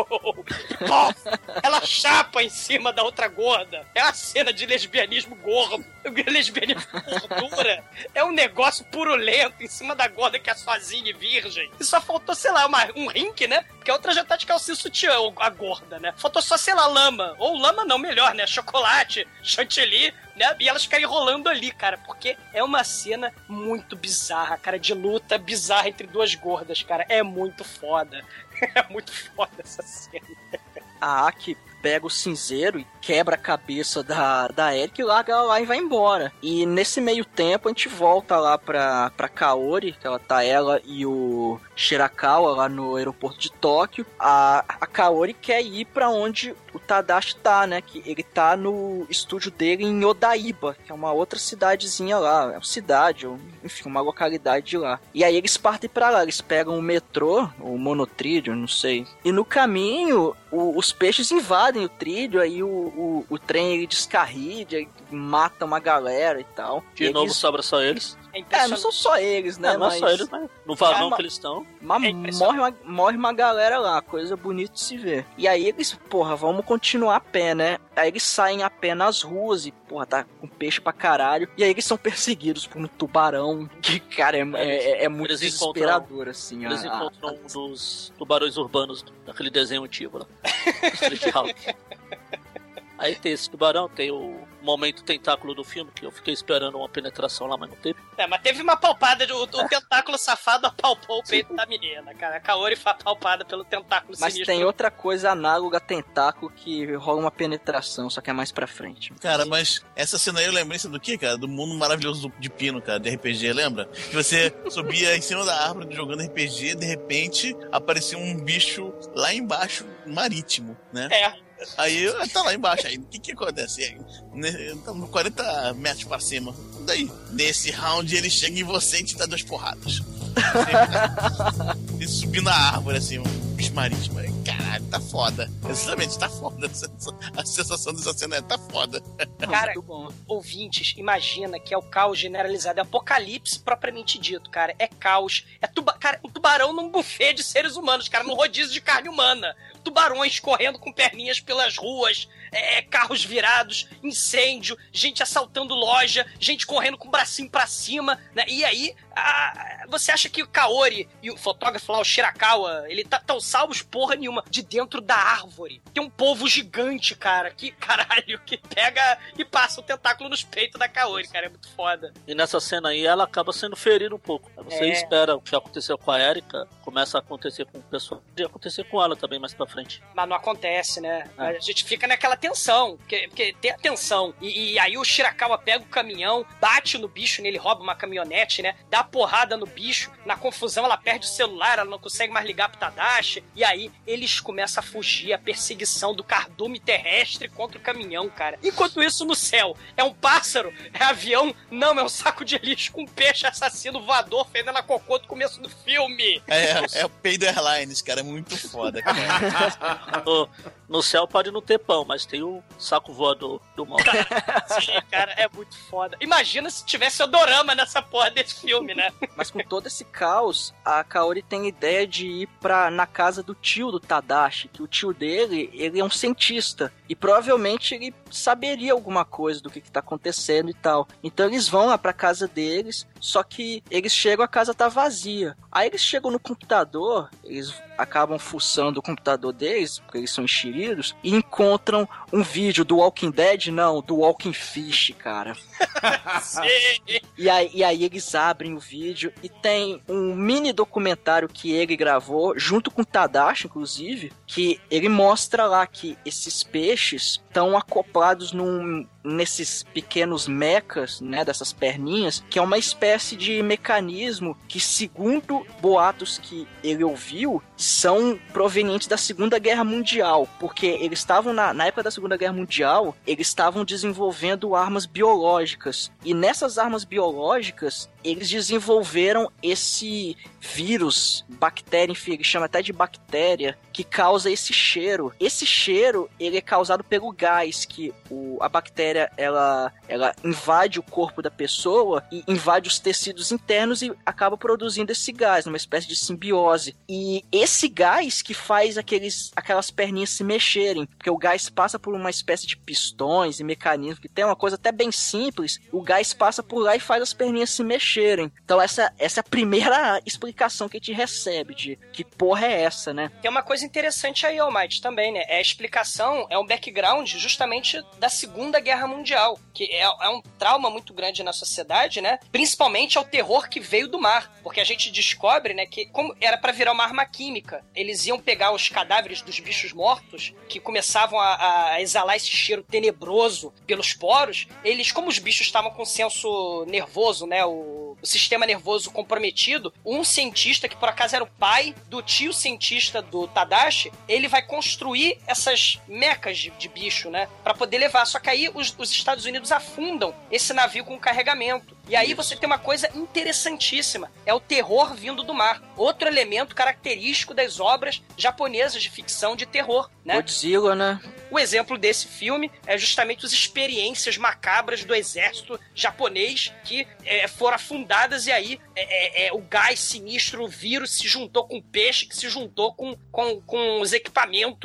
E, pô, ela chapa em cima da outra gorda. É uma cena de lesbianismo gordo, lesbianismo gordura. É um negócio purulento em cima da gorda que é sozinha e virgem. E só faltou, sei lá, uma, um rink, né? Porque a outra já tá de calcinha sutiã, a gorda, né? Faltou só, sei lá, lama. Ou lama não, melhor, né? Chocolate, chantilly, né? E elas ficarem rolando ali, cara, porque é uma cena muito bizarra, cara, de luta bizarra entre duas gordas, cara. É muito foda. É muito foda essa cena. A Aki pega o cinzeiro e quebra a cabeça da, da Erika e larga ela lá e vai embora. E nesse meio tempo a gente volta lá pra, pra Kaori, que ela tá ela e o Shirakawa lá no aeroporto de Tóquio. A, a Kaori quer ir pra onde o Tadashi tá, né? Que ele tá no estúdio dele em Odaiba, que é uma outra cidadezinha lá. É uma cidade, ou, enfim, uma localidade de lá. E aí eles partem pra lá, eles pegam o metrô, o monotrilho, não sei. E no caminho, o, os peixes invadem o trilho, aí o, o, o trem ele descarrida, mata uma galera e tal. De e novo eles... sobra só eles. É, é, não são só eles, né? É, não mas... só eles, mas no vagão é, que eles estão. Mas é morre, uma, morre uma galera lá, coisa bonita de se ver. E aí eles, porra, vamos continuar a pé, né? Aí eles saem a pé nas ruas e, porra, tá com peixe pra caralho. E aí eles são perseguidos por um tubarão, que, cara, é, é, é muito eles desesperador, assim. Eles a, encontram a... um dos tubarões urbanos daquele desenho antigo lá. Aí tem esse tubarão, tem o momento tentáculo do filme, que eu fiquei esperando uma penetração lá, mas não teve. É, mas teve uma palpada, de, o, o tentáculo safado apalpou o peito da menina, cara. A Kaori foi apalpada pelo tentáculo Mas sinistro. tem outra coisa análoga a tentáculo que rola uma penetração, só que é mais pra frente. Cara, mas essa cena aí eu lembrei do que, cara? Do mundo maravilhoso do- de Pino, cara, de R P G, lembra? Que você subia em cima da árvore jogando R P G, de repente aparecia um bicho lá embaixo, marítimo, né? É. Aí tá lá embaixo, aí o que que acontece? Aí, né, tá quarenta metros pra cima. Daí, nesse round ele chega em você e te dá duas porradas. E subir na árvore, assim, um bicho marítimo. Aí, caralho, tá foda. Exatamente, tá foda. A sensação dessa cena é tá foda. Cara, Muito bom. ouvintes, imagina que é o caos generalizado, é apocalipse propriamente dito, cara. É caos. É tuba... cara, um tubarão num buffet de seres humanos, cara, num rodízio de carne humana. Tubarões correndo com perninhas pelas ruas, é, carros virados, incêndio, gente assaltando loja, gente correndo com o bracinho pra cima, né? E aí, a... você acha que o Kaori e o fotógrafo lá, o Shirakawa, ele tá tão salvos porra nenhuma de dentro da árvore. Tem um povo gigante, cara, que caralho, que pega e passa o tentáculo nos peitos da Kaori, cara, é muito foda. E nessa cena aí ela acaba sendo ferida um pouco. Aí Você É. espera o que aconteceu com a Erika, começa a acontecer com o pessoal. Pode acontecer com ela também mais pra frente. Mas não acontece, né? Ah. A gente fica naquela tensão, porque, porque tem a tensão. E, e aí o Shirakawa pega o caminhão, bate no bicho, né? Ele rouba uma caminhonete, né? Dá porrada no bicho. Na confusão, ela perde o celular, ela não consegue mais ligar pro Tadashi. E aí eles começam a fugir, a perseguição do cardume terrestre contra o caminhão, cara. Enquanto isso, no céu, é um pássaro, é avião, não, é um saco de lixo com um peixe assassino voador fedendo a cocô do começo do filme. É, é o Peido Airlines, cara, é muito foda, cara. No, no céu pode não ter pão, mas tem o saco voador do mal. Sim, cara, é muito foda. Imagina se tivesse odorama nessa porra desse filme, né? Mas com todo esse caos, a Kaori tem ideia de ir pra, na casa do tio do Tadashi, que o tio dele, ele é um cientista. E provavelmente ele saberia alguma coisa do que, que tá acontecendo e tal. Então eles vão lá pra casa deles, só que eles chegam, a casa tá vazia. Aí eles chegam no computador, eles acabam fuçando o computador deles, porque eles são enxeridos, e encontram um vídeo do Walking Dead, não, do Walking Fish, cara. Sim. E aí, e aí eles abrem o vídeo e tem um mini documentário que ele gravou, junto com o Tadashi, inclusive, que ele mostra lá que esses peixes estão acoplados num, nesses pequenos mechas, né, dessas perninhas, que é uma espécie de mecanismo que, segundo boatos que ele ouviu, são provenientes da Segunda Guerra Mundial, porque eles estavam, na, na época da Segunda Guerra Mundial, eles estavam desenvolvendo armas biológicas, e nessas armas biológicas, eles desenvolveram esse vírus, bactéria, enfim, ele chama até de bactéria, que causa esse cheiro. Esse cheiro, ele é causado pelo gás, que o, a bactéria, ela, ela invade o corpo da pessoa e invade os tecidos internos e acaba produzindo esse gás, numa espécie de simbiose. E esse gás que faz aqueles, aquelas perninhas se mexerem, porque o gás passa por uma espécie de pistões e mecanismos, que tem uma coisa até bem simples, o gás passa por lá e faz as perninhas se mexerem. Então essa, essa é a primeira explicação que a gente recebe de que porra é essa, né? Tem uma coisa interessante aí, Almighty, também, né? É a explicação, é um background justamente da Segunda Guerra Mundial, que é, é um trauma muito grande na sociedade, né? Principalmente ao terror que veio do mar, porque a gente descobre, né, que como era pra virar uma arma química, eles iam pegar os cadáveres dos bichos mortos, que começavam a, a exalar esse cheiro tenebroso pelos poros, eles, como os bichos estavam com senso nervoso, né, o o sistema nervoso comprometido, um cientista, que por acaso era o pai do tio cientista do Tadashi, ele vai construir essas mecas de, de bicho, né? Pra poder levar. Só que aí os, os Estados Unidos afundam esse navio com carregamento. E aí você tem uma coisa interessantíssima. É o terror vindo do mar. Outro elemento característico das obras japonesas de ficção de terror, né? Godzilla, né? O exemplo desse filme é justamente as experiências macabras do exército japonês que é, foram afundadas e aí é, é, o gás sinistro, o vírus se juntou com o peixe, que se juntou com, com, com os equipamentos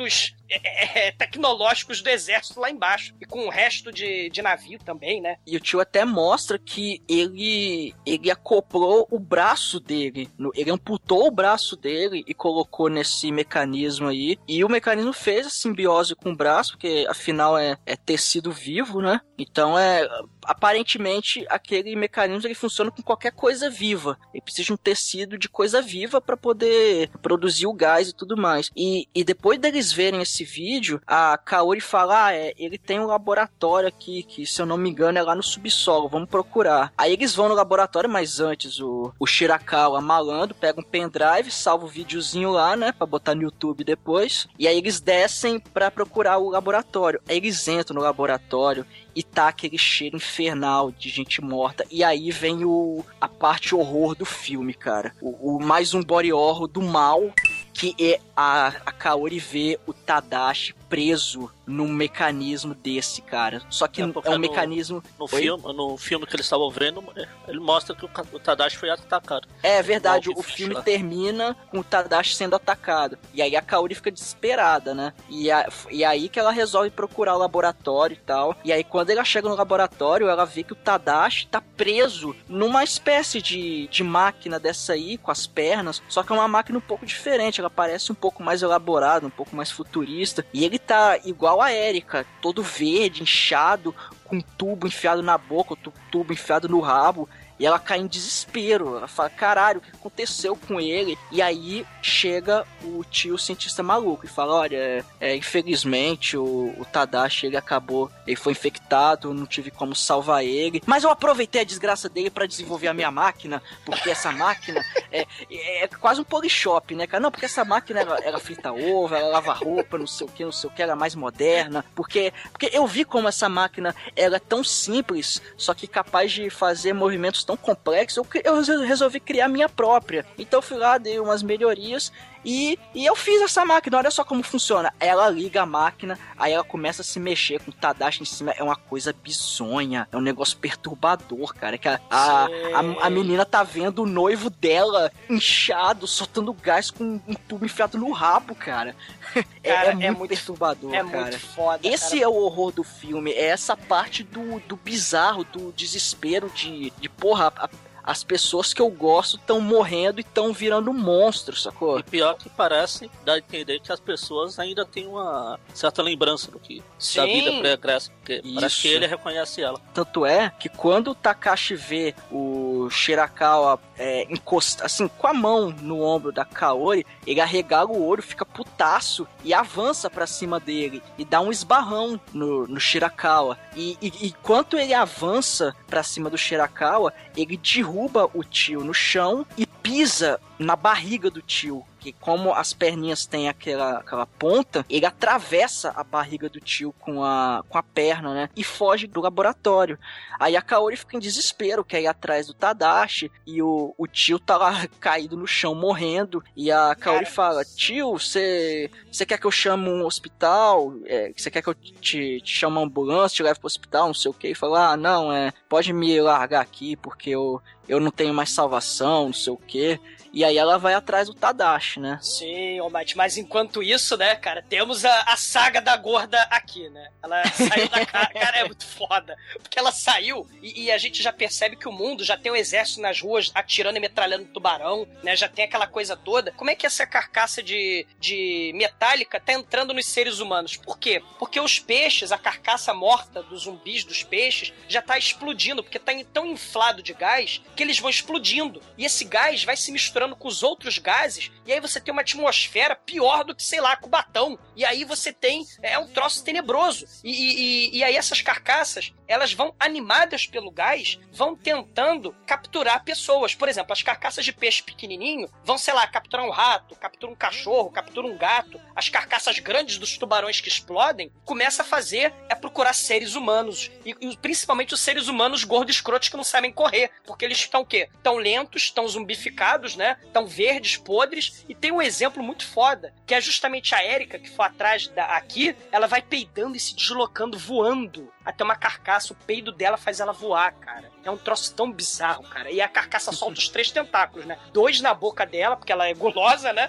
é, é, tecnológicos do exército lá embaixo. E com o resto de, de navio também, né? E o tio até mostra que ele, ele acoplou o braço dele. No, ele amputou o braço dele e colocou nesse mecanismo aí. E o mecanismo fez a simbiose com o braço, porque afinal é, é tecido vivo, né? Então é... Aparentemente, aquele mecanismo ele funciona com qualquer coisa viva. Ele precisa de um tecido de coisa viva para poder produzir o gás e tudo mais. E, e depois deles verem esse vídeo, a Kaori fala, ah, é, ele tem um laboratório aqui, que se eu não me engano é lá no subsolo, vamos procurar. Aí eles vão no laboratório, mas antes o, o Shirakawa malandro pega um pendrive, salva o videozinho lá, né, pra botar no YouTube depois. E aí eles descem pra procurar o laboratório. Aí eles entram no laboratório e tá aquele cheiro infernal de gente morta. E aí vem o, a parte horror do filme, cara. O, o mais um body horror do mal, que é a, a Kaori vê o Tadashi preso num mecanismo desse, cara. Só que é, é um no, mecanismo... No filme, no filme que eles estavam vendo, ele mostra que o, o Tadashi foi atacado. É verdade, o filme lá termina com o Tadashi sendo atacado. E aí a Kaori fica desesperada, né? E, a, e aí que ela resolve procurar o laboratório e tal. E aí quando ela chega no laboratório, ela vê que o Tadashi tá preso numa espécie de, de máquina dessa aí, com as pernas. Só que é uma máquina um pouco diferente. Ela parece um pouco mais elaborada, um pouco mais futurista. E ele tá igual a Erika, todo verde, inchado, com um tubo enfiado na boca, um tubo enfiado no rabo. E ela cai em desespero. Ela fala, caralho, o que aconteceu com ele? E aí chega o tio cientista maluco e fala, olha, é, infelizmente o, o Tadashi, ele acabou, ele foi infectado, não tive como salvar ele. Mas eu aproveitei a desgraça dele pra desenvolver a minha máquina, porque essa máquina é, é quase um polishop, né, cara? Não, porque essa máquina, ela, ela frita ovo, ela lava roupa, não sei o que, não sei o que, ela é mais moderna. Porque, porque eu vi como essa máquina, ela é tão simples, só que capaz de fazer movimentos tão complexo, eu, eu resolvi criar a minha própria. Então eu fui lá, dei umas melhorias e, e eu fiz essa máquina. Olha só como funciona. Ela liga a máquina, aí ela começa a se mexer com o Tadashi em cima. É uma coisa bizonha, é um negócio perturbador, cara. Que a, a, a, a menina tá vendo o noivo dela inchado, soltando gás com um tubo enfiado no rabo, cara. É, cara, é, muito é muito perturbador, é cara. É muito foda. Esse cara. é o horror do filme. É essa parte do, do bizarro, do desespero de, de porra, a, as pessoas que eu gosto estão morrendo e estão virando monstros, sacou? E pior que parece, dá a entender que as pessoas ainda têm uma certa lembrança do que Sim. da vida pré-Grécia, porque Isso. parece que ele reconhece ela. Tanto é que quando o Takashi vê o Shirakawa é, encosta, assim, com a mão no ombro da Kaori, ele arregala o olho, fica putaço e avança pra cima dele e dá um esbarrão no, no Shirakawa. E, e enquanto ele avança pra cima do Shirakawa, ele derruba o tio no chão e pisa na barriga do tio. Que como as perninhas têm aquela, aquela ponta, ele atravessa a barriga do tio com a, com a perna, né? E foge do laboratório. Aí a Kaori fica em desespero, quer ir atrás do Tadashi, e o, o tio tá lá caído no chão, morrendo. E a Kaori Cara, fala, tio, você quer que eu chame um hospital? Você é, quer que eu te, te chame uma ambulância, te leve pro hospital, não sei o que? E fala, ah, não, é, pode me largar aqui, porque eu, eu não tenho mais salvação, não sei o que. E aí ela vai atrás do Tadashi, né? Sim, ô Mate, mas enquanto isso, né, cara, temos a, a saga da gorda aqui, né? Ela saiu da cara, cara, é muito foda. Porque ela saiu e, e a gente já percebe que o mundo já tem um exército nas ruas atirando e metralhando tubarão, né? Já tem aquela coisa toda. Como é que essa carcaça de, de metálica tá entrando nos seres humanos? Por quê? Porque os peixes, a carcaça morta dos zumbis dos peixes, já tá explodindo, porque tá tão inflado de gás que eles vão explodindo. E esse gás vai se misturando com os outros gases, e aí você tem uma atmosfera pior do que, sei lá, Cubatão. E aí você tem, é um troço tenebroso. E, e, e aí essas carcaças, elas vão animadas pelo gás, vão tentando capturar pessoas. Por exemplo, as carcaças de peixe pequenininho vão, sei lá, capturar um rato, capturar um cachorro, capturar um gato. As carcaças grandes dos tubarões que explodem, começa a fazer, é procurar seres humanos. E, e principalmente os seres humanos gordos escrotos que não sabem correr. Porque eles estão o quê? Estão lentos, estão zumbificados, né? Estão verdes, podres, e tem um exemplo muito foda, que é justamente a Erika, que foi atrás da aqui, ela vai peidando e se deslocando, voando até uma carcaça, o peido dela faz ela voar, cara. É um troço tão bizarro, cara. E a carcaça solta os três tentáculos, né? Dois na boca dela, porque ela é gulosa, né?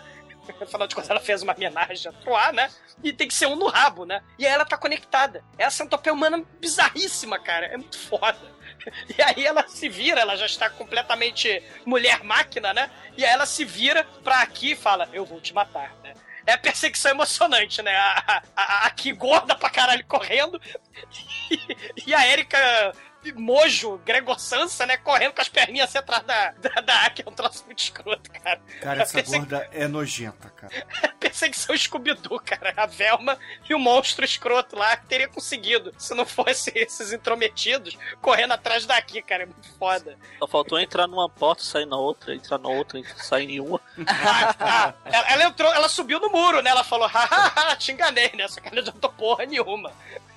Afinal de contas, ela fez uma homenagem a Troá, né? E tem que ser um no rabo, né? E aí ela tá conectada. É a centopeia humana bizarríssima, cara. É muito foda. E aí ela se vira, ela já está completamente mulher-máquina, né? E aí ela se vira pra aqui e fala, eu vou te matar, né? É a perseguição emocionante, né? A, a, a Aki gorda pra caralho correndo e, e a Erika Mojo, Gregor Sansa, né? Correndo com as perninhas assim atrás da, da, da Aki. É um troço muito escroto, cara. Cara, essa persegu... gorda é nojenta, cara. Perseguição Scooby-Doo, cara. A Velma e o monstro escroto lá teria conseguido, se não fosse esses intrometidos, correndo atrás da Aki, cara. É muito foda. Só faltou entrar numa porta, sair na outra, entrar na outra, sair em uma. Ah, ah, ela, ela entrou, ela subiu no muro, né? Ela falou, hahaha, te enganei, né? Só que ela não adiantou porra nenhuma.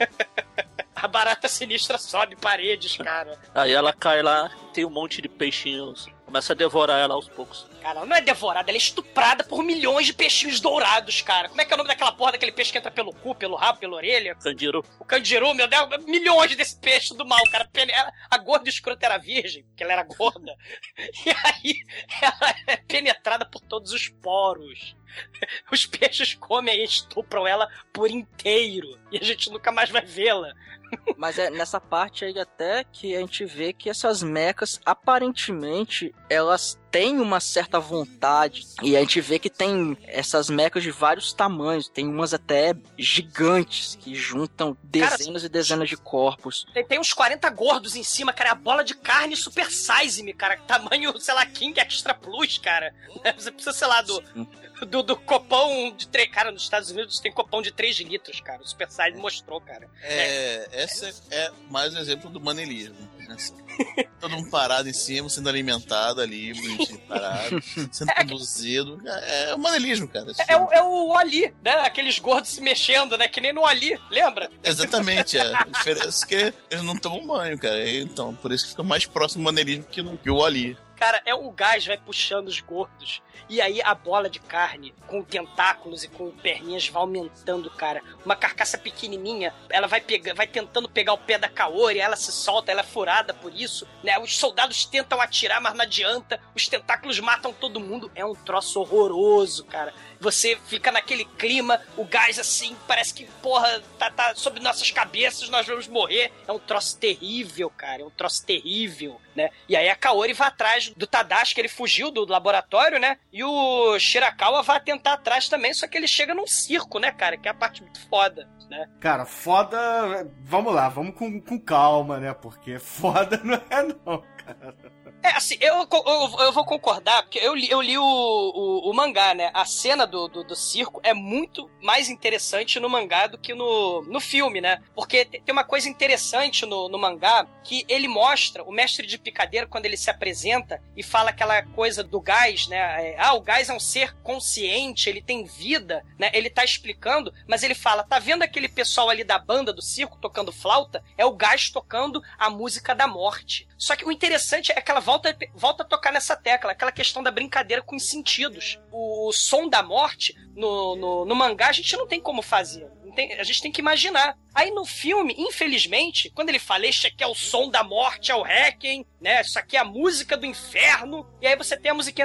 A barata sinistra sobe paredes, cara. Aí ela cai lá, tem um monte de peixinhos. Começa a devorar ela aos poucos. Cara, ela não é devorada, ela é estuprada por milhões de peixinhos dourados, cara. Como é que é o nome daquela porra daquele peixe que entra pelo cu, pelo rabo, pela orelha? Candiru. O candiru, meu Deus, milhões desse peixe do mal, cara. A gorda escrota era virgem, porque ela era gorda. E aí, ela é penetrada por todos os poros. Os peixes comem e estupram ela por inteiro. E a gente nunca mais vai vê-la. Mas é nessa parte aí até que a gente vê que essas mechas, aparentemente, elas têm uma certa vontade. E a gente vê que tem essas mechas de vários tamanhos. Tem umas até gigantes, que juntam dezenas cara, e dezenas de corpos. Tem, tem uns quarenta gordos em cima, cara. É a bola de carne super size me, cara. Tamanho, sei lá, King Extra Plus, cara. Você precisa, sei lá, do... Do, do copão de três... Cara, nos Estados Unidos tem copão de três litros, cara. O Super Size mostrou, cara. É, é. Essa é mais um exemplo do manelismo. Assim, todo mundo parado em cima, sendo alimentado ali, bonitinho, parado, sendo é, conduzido. É, é o manelismo, cara. É, é, o, é o Oli, né? Aqueles gordos se mexendo, né? Que nem no Oli, lembra? Exatamente, é. A diferença é que eles não tomam banho, cara. Então, por isso que fica mais próximo do manelismo que, no, que o Oli. Cara, é o gás vai puxando os gordos. E aí a bola de carne, com tentáculos e com perninhas, vai aumentando, cara. Uma carcaça pequenininha, ela vai, pega, vai tentando pegar o pé da Kaori, ela se solta, ela é furada por isso, né? Os soldados tentam atirar, mas não adianta. Os tentáculos matam todo mundo. É um troço horroroso, cara. Você fica naquele clima, o gás assim, parece que, porra, tá, tá sobre nossas cabeças, nós vamos morrer. É um troço terrível, cara. É um troço terrível, né? E aí a Kaori vai atrás do Tadashi, que ele fugiu do laboratório, né? E o Shirakawa vai tentar atrás também, só que ele chega num circo, né, cara? Que é a parte muito foda, né? Cara, foda... Vamos lá, vamos com, com calma, né? Porque foda não é não, cara. É, assim, eu, eu, eu vou concordar, porque eu li, eu li o, o, o mangá, né? A cena do, do, do circo é muito mais interessante no mangá do que no, no filme, né? Porque tem uma coisa interessante no, no mangá, que ele mostra, o mestre de picadeiro, quando ele se apresenta e fala aquela coisa do gás, né? É, ah, o gás é um ser consciente, ele tem vida, né? Ele tá explicando, mas ele fala, tá vendo aquele pessoal ali da banda do circo tocando flauta? É o gás tocando a música da morte. Só que o interessante é que ela volta, volta a tocar nessa tecla, aquela questão da brincadeira com os sentidos. O som da morte, no, no, no mangá, a gente não tem como fazer. Não tem, a gente tem que imaginar. Aí no filme, infelizmente, quando ele fala, este aqui é o som da morte, é o Requiem, né? Isso aqui é a música do inferno. E aí você tem a musiquinha...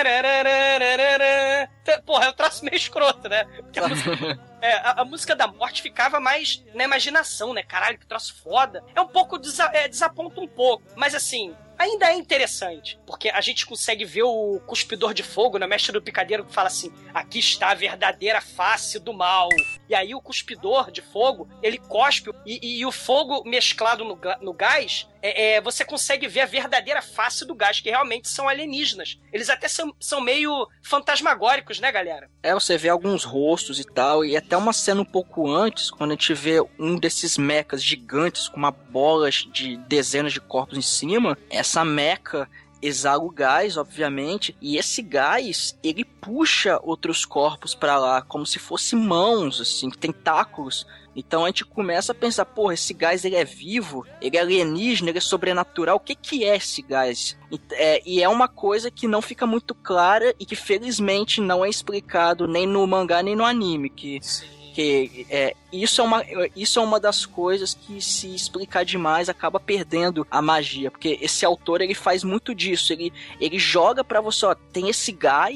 Porra, é um traço meio escroto, né? Porque a música... É, a, a música da morte ficava mais na imaginação, né? Caralho, que troço foda. É um pouco, desa, é, desaponta um pouco. Mas assim, ainda é interessante. Porque a gente consegue ver o cuspidor de fogo, né? O mestre do picadeiro que fala assim, aqui está a verdadeira face do mal. E aí o cuspidor de fogo, ele cospe e, e o fogo mesclado no, no gás, é, é, você consegue ver a verdadeira face do gás, que realmente são alienígenas. Eles até são, são meio fantasmagóricos, né, galera? É, você vê alguns rostos e tal, e até uma cena um pouco antes, quando a gente vê um desses mechas gigantes com uma bola de dezenas de corpos em cima, essa mecha exala o gás, obviamente, e esse gás, ele puxa outros corpos pra lá, como se fossem mãos, assim, tentáculos. Então a gente começa a pensar, porra, esse gás ele é vivo, ele é alienígena, ele é sobrenatural, o que que é esse gás? E é, e é uma coisa que não fica muito clara e que felizmente não é explicado nem no mangá nem no anime, que... que é, isso, é uma, isso é uma das coisas que, se explicar demais, acaba perdendo a magia, porque esse autor, ele faz muito disso, ele, ele joga pra você, ó, tem esse gás,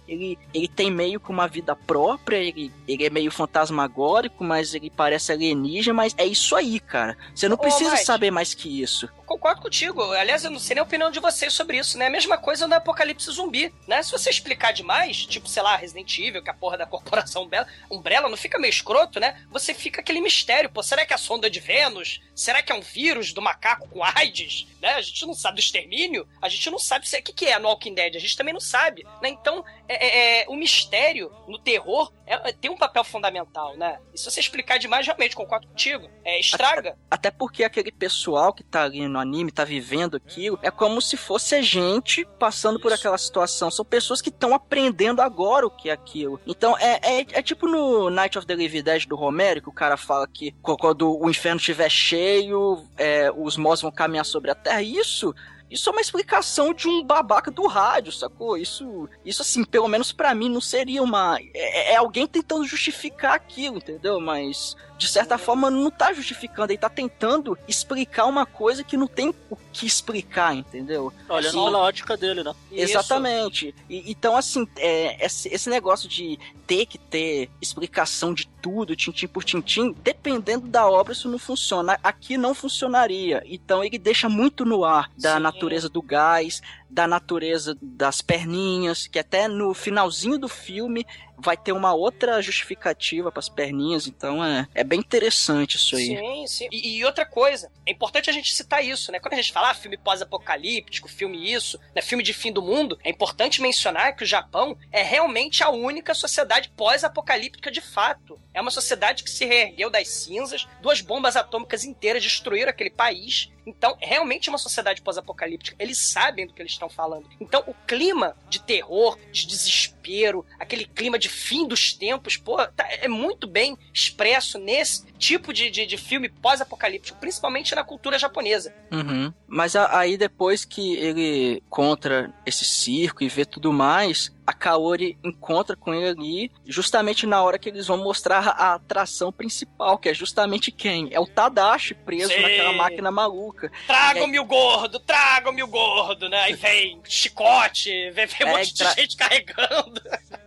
ele, ele tem meio que uma vida própria, ele, ele é meio fantasmagórico, mas ele parece alienígena, mas é isso aí, cara. Você não Ô, precisa Mike, saber mais que isso. Concordo contigo. Aliás, eu não sei nem a opinião de vocês sobre isso, né? A mesma coisa no Apocalipse Zumbi, né? Se você explicar demais, tipo, sei lá, Resident Evil, que é a porra da corporação Umbrella, Umbrella não fica meio escroto, né? Você fica aquele mistério, pô, será que é a sonda de Vênus? Será que é um vírus do macaco com AIDS? Né? A gente não sabe do extermínio, a gente não sabe o que, que é no Walking Dead, a gente também não sabe, né? Então, é, é, é, o mistério no terror é, é, tem um papel fundamental, né? E se você explicar demais, realmente, concordo contigo, é, estraga. Até, até porque aquele pessoal que tá ali no anime, tá vivendo aquilo, é como se fosse a gente passando Isso. por aquela situação. São pessoas que estão aprendendo agora o que é aquilo. Então, é, é, é tipo no Night of the Living Dead do Romero, que o cara fala que quando o inferno estiver cheio, é, os mortos vão caminhar sobre a terra. Isso... Isso é uma explicação de um babaca do rádio, sacou? Isso, isso assim, pelo menos pra mim, não seria uma... É, é alguém tentando justificar aquilo, entendeu? Mas, de certa forma, não tá justificando. Ele tá tentando explicar uma coisa que não tem o que explicar, entendeu? Olhando pela ótica dele, né? Exatamente. E, então, assim, é, esse, esse negócio de ter que ter explicação de tudo, tintim por tintim, dependendo da obra, isso não funciona. Aqui não funcionaria. Então, ele deixa muito no ar da natureza natureza do gás, da natureza das perninhas, que até no finalzinho do filme vai ter uma outra justificativa para as perninhas, então é, é bem interessante isso aí. Sim, sim. E, e outra coisa, é importante a gente citar isso, né? Quando a gente fala ah, filme pós-apocalíptico, filme isso, né, filme de fim do mundo, é importante mencionar que o Japão é realmente a única sociedade pós-apocalíptica de fato. É uma sociedade que se reergueu das cinzas, duas bombas atômicas inteiras destruíram aquele país. Então, realmente é uma sociedade pós-apocalíptica. Eles sabem do que eles estão falando. Então, o clima de terror, de desespero, aquele clima de fim dos tempos, pô, tá, é muito bem expresso nesse tipo de, de, de filme pós-apocalíptico, principalmente na cultura japonesa. Uhum. Mas a, aí, depois que ele encontra esse circo e vê tudo mais, a Kaori encontra com ele ali justamente na hora que eles vão mostrar a atração principal, que é justamente quem? É o Tadashi preso Sim. naquela máquina maluca. Tragam-me aí... o gordo, tragam-me o gordo, né? Aí vem chicote, vem, vem um é, monte tra... de gente carregando.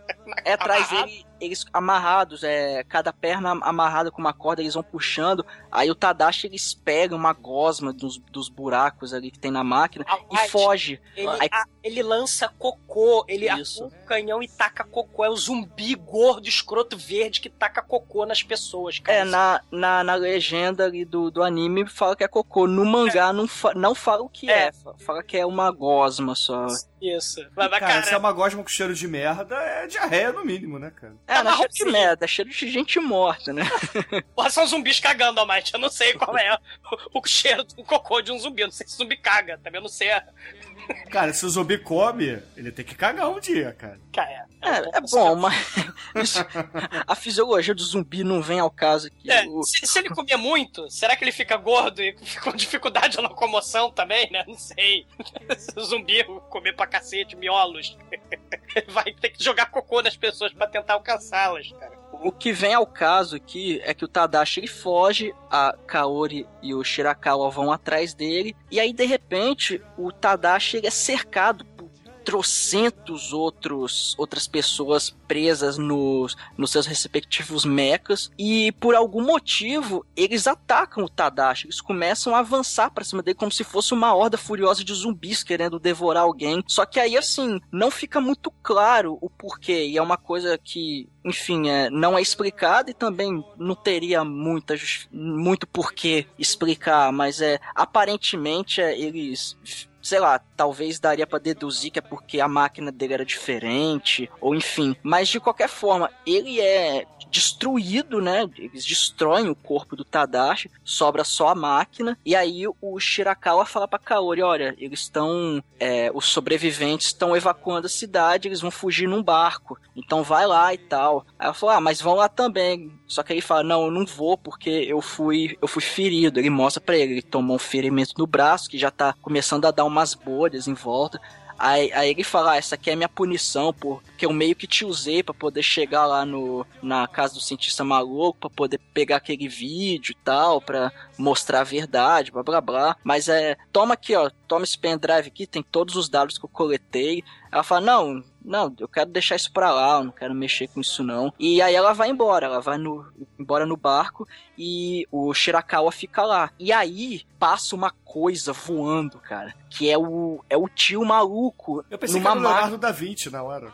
É, traz ele, eles amarrados, é, cada perna amarrada com uma corda, eles vão puxando, aí o Tadashi, eles pegam uma gosma dos, dos buracos ali que tem na máquina ah, e foge. Ele, aí... a, ele lança cocô, ele aponta o canhão e taca cocô, é o zumbi gordo, escroto verde que taca cocô nas pessoas, cara. É, na, na, na legenda ali do, do anime fala que é cocô, no mangá é. não, fa, não fala o que é. é, fala que é uma gosma só. Isso. Mas, cara, cara, se é uma gosma com cheiro de merda, é diarreia no mínimo, né, cara? É, não é cheiro de merda, é cheiro de gente morta, né? Porra, são zumbis cagando, Almighty. Eu não sei qual é o, o cheiro do cocô de um zumbi. Eu não sei se o zumbi caga, também eu não sei. A... Cara, se o zumbi come, ele tem que cagar um dia, cara. Cara, é, é, é bom, mas isso, a fisiologia do zumbi não vem ao caso aqui. É, o... se, se ele comer muito, será que ele fica gordo e com dificuldade de locomoção também, né? Não sei. Se o zumbi comer pra cacete, miolos, vai ter que jogar cocô nas pessoas pra tentar alcançá-las, cara. O que vem ao caso aqui é que o Tadashi ele foge, a Kaori e o Shirakawa vão atrás dele, e aí de repente o Tadashi ele é cercado por trocentos outros, outras pessoas presas nos, nos seus respectivos mechas, e por algum motivo eles atacam o Tadashi, eles começam a avançar pra cima dele como se fosse uma horda furiosa de zumbis querendo devorar alguém, só que aí assim, não fica muito claro o porquê, e é uma coisa que enfim, é, não é explicado e também não teria muita, muito porquê explicar, mas é aparentemente é, eles, sei lá, talvez daria pra deduzir que é porque a máquina dele era diferente, ou enfim, mas de qualquer forma, ele é destruído, né? Eles destroem o corpo do Tadashi, sobra só a máquina, e aí o Shirakawa fala pra Kaori, olha, eles estão, é, os sobreviventes estão evacuando a cidade, eles vão fugir num barco, então vai lá e tal. Aí ela falou, ah, mas vão lá também. Só que aí ele fala, não, eu não vou porque eu fui, eu fui ferido. Ele mostra pra ele, ele tomou um ferimento no braço, que já tá começando a dar umas bolhas em volta. Aí, aí ele fala, ah, essa aqui é a minha punição, porque eu meio que te usei pra poder chegar lá no, na casa do cientista maluco, pra poder pegar aquele vídeo e tal, pra mostrar a verdade, blá blá blá. Mas é, toma aqui, ó, toma esse pendrive aqui, tem todos os dados que eu coletei. Ela fala, não, não, eu quero deixar isso pra lá, eu não quero mexer com isso não. E aí ela vai embora, ela vai no, embora no barco e o Shirakawa fica lá. E aí passa uma coisa voando, cara, que é o, é o tio maluco. Eu pensei numa que era o Leonardo da Vinci na hora.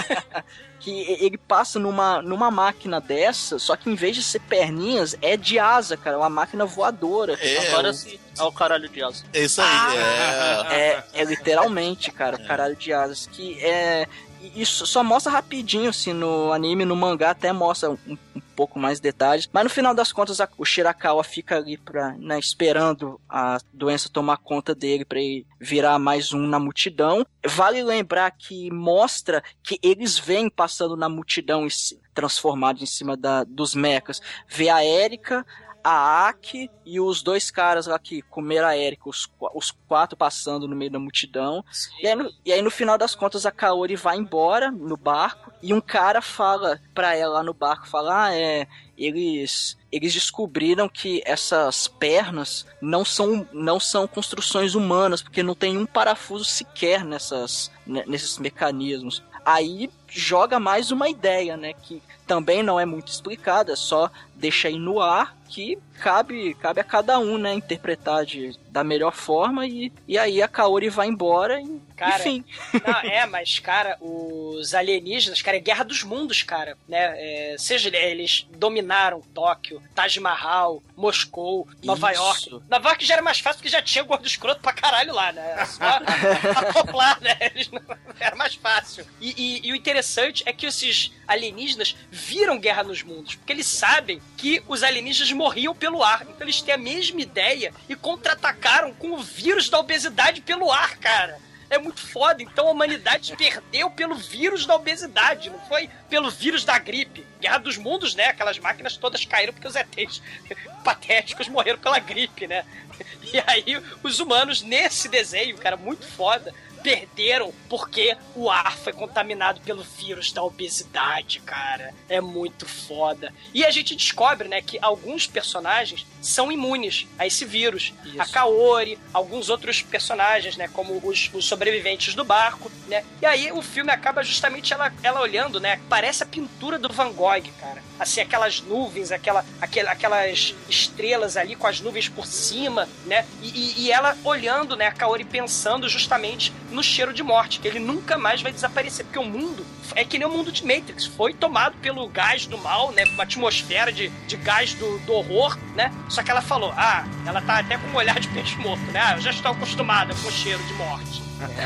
Que ele passa numa, numa máquina dessa, só que em vez de ser perninhas, é de asa, cara, uma máquina voadora. É, Agora o... sim, é o caralho de asa. É isso aí, ah, é... é. É literalmente, cara, é. caralho de asas, que é... Isso só mostra rapidinho, assim, no anime, no mangá até mostra um, um pouco mais detalhes. Mas no final das contas, a, o Shirakawa fica ali pra, né, esperando a doença tomar conta dele pra ele virar mais um na multidão. Vale lembrar que mostra que eles vêm passando na multidão transformados em cima da, dos mechas. Vê a Erika, a Aki e os dois caras lá que comeram a Erika, os, os quatro passando no meio da multidão. E aí, no, e aí no final das contas a Kaori vai embora no barco e um cara fala pra ela lá no barco, fala, ah, é, eles... eles descobriram que essas pernas não são, não são construções humanas, porque não tem um parafuso sequer nessas, nesses mecanismos. Aí joga mais uma ideia, né, que também não é muito explicada, só deixa aí no ar, que cabe, cabe a cada um, né, interpretar de, da melhor forma, e, e aí a Kaori vai embora e, cara, enfim. Não, é, mas, cara, os alienígenas, cara, é guerra dos mundos, cara, né, é, seja eles dominaram Tóquio, Taj Mahal, Moscou, Nova Isso. York. Nova York já era mais fácil porque já tinha gordo escroto pra caralho lá, né, só acoplar, né, eles não, era mais fácil. E, e, e o interessante é que esses alienígenas viram guerra nos mundos, porque eles sabem que os alienígenas morriam pelo ar, então eles têm a mesma ideia e contra-atacaram com o vírus da obesidade pelo ar, cara. É muito foda, então a humanidade perdeu pelo vírus da obesidade, não foi pelo vírus da gripe. Guerra dos mundos, né, aquelas máquinas todas caíram porque os E Tês patéticos morreram pela gripe, né. E aí os humanos nesse desenho, cara, muito foda, perderam porque o ar foi contaminado pelo vírus da obesidade, cara. É muito foda. E a gente descobre, né, que alguns personagens são imunes a esse vírus. Isso. A Kaori, alguns outros personagens, né, como os, os sobreviventes do barco, né. E aí o filme acaba justamente ela, ela olhando, né, parece a pintura do Van Gogh, cara. Assim, aquelas nuvens, aquela, aquel, aquelas estrelas ali com as nuvens por cima, né, e, e, e ela olhando, né, a Kaori pensando justamente no cheiro de morte, que ele nunca mais vai desaparecer, porque o mundo é que nem o mundo de Matrix, foi tomado pelo gás do mal, né, uma atmosfera de, de gás do, do horror, né, só que ela falou, ah, ela tá até com um olhar de peixe morto, né, ah, eu já estou acostumada com o cheiro de morte.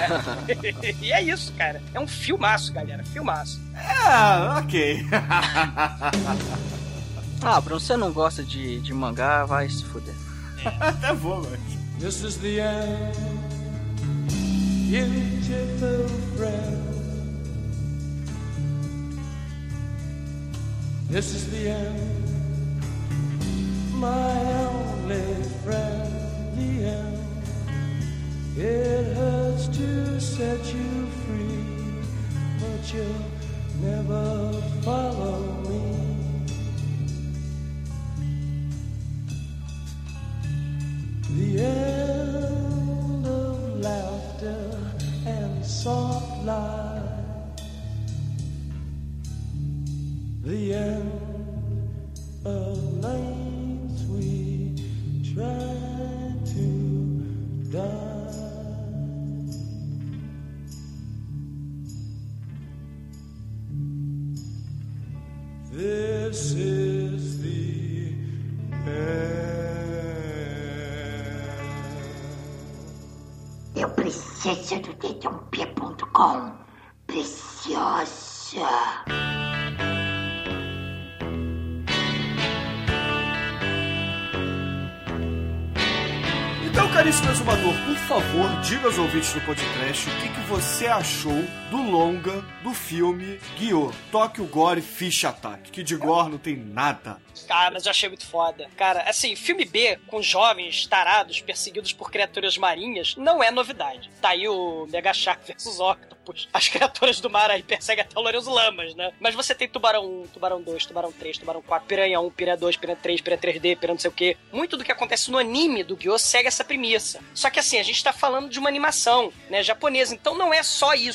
É. E é isso, cara, é um filmaço, galera, filmaço. É, ok. Ah, Bruno, você não gosta de, de mangá, vai se fuder. Até vou, mas... This is the end, beautiful friend. This is the end, my only friend. The end. It hurts to set you free, but you'll never follow me. The end of laughter and soft light. The end of nights we try to die. This is the end. Eu preciso do D D um P ponto com. Preciosa. Então, caríssimo exumador, por favor, diga aos ouvintes do podcast o que, que você achou do longa do filme Gyo, Tokyo Gore Fish Attack, que de gore não tem nada. Cara, mas eu achei muito foda. Cara, assim, filme B com jovens tarados perseguidos por criaturas marinhas não é novidade. Tá aí o Mega Shark versus Octopus. As criaturas do mar aí perseguem até o Lourenço Lamas, né? Mas você tem Tubarão um, Tubarão dois, Tubarão três, Tubarão quatro, Piranha um, Piranha dois, Piranha três, Piranha três D, Piranha não sei o quê. Muito do que acontece no anime do Gyo segue essa premissa. Só que assim, a gente tá falando de uma animação, né, japonesa. Então não é só isso. Não é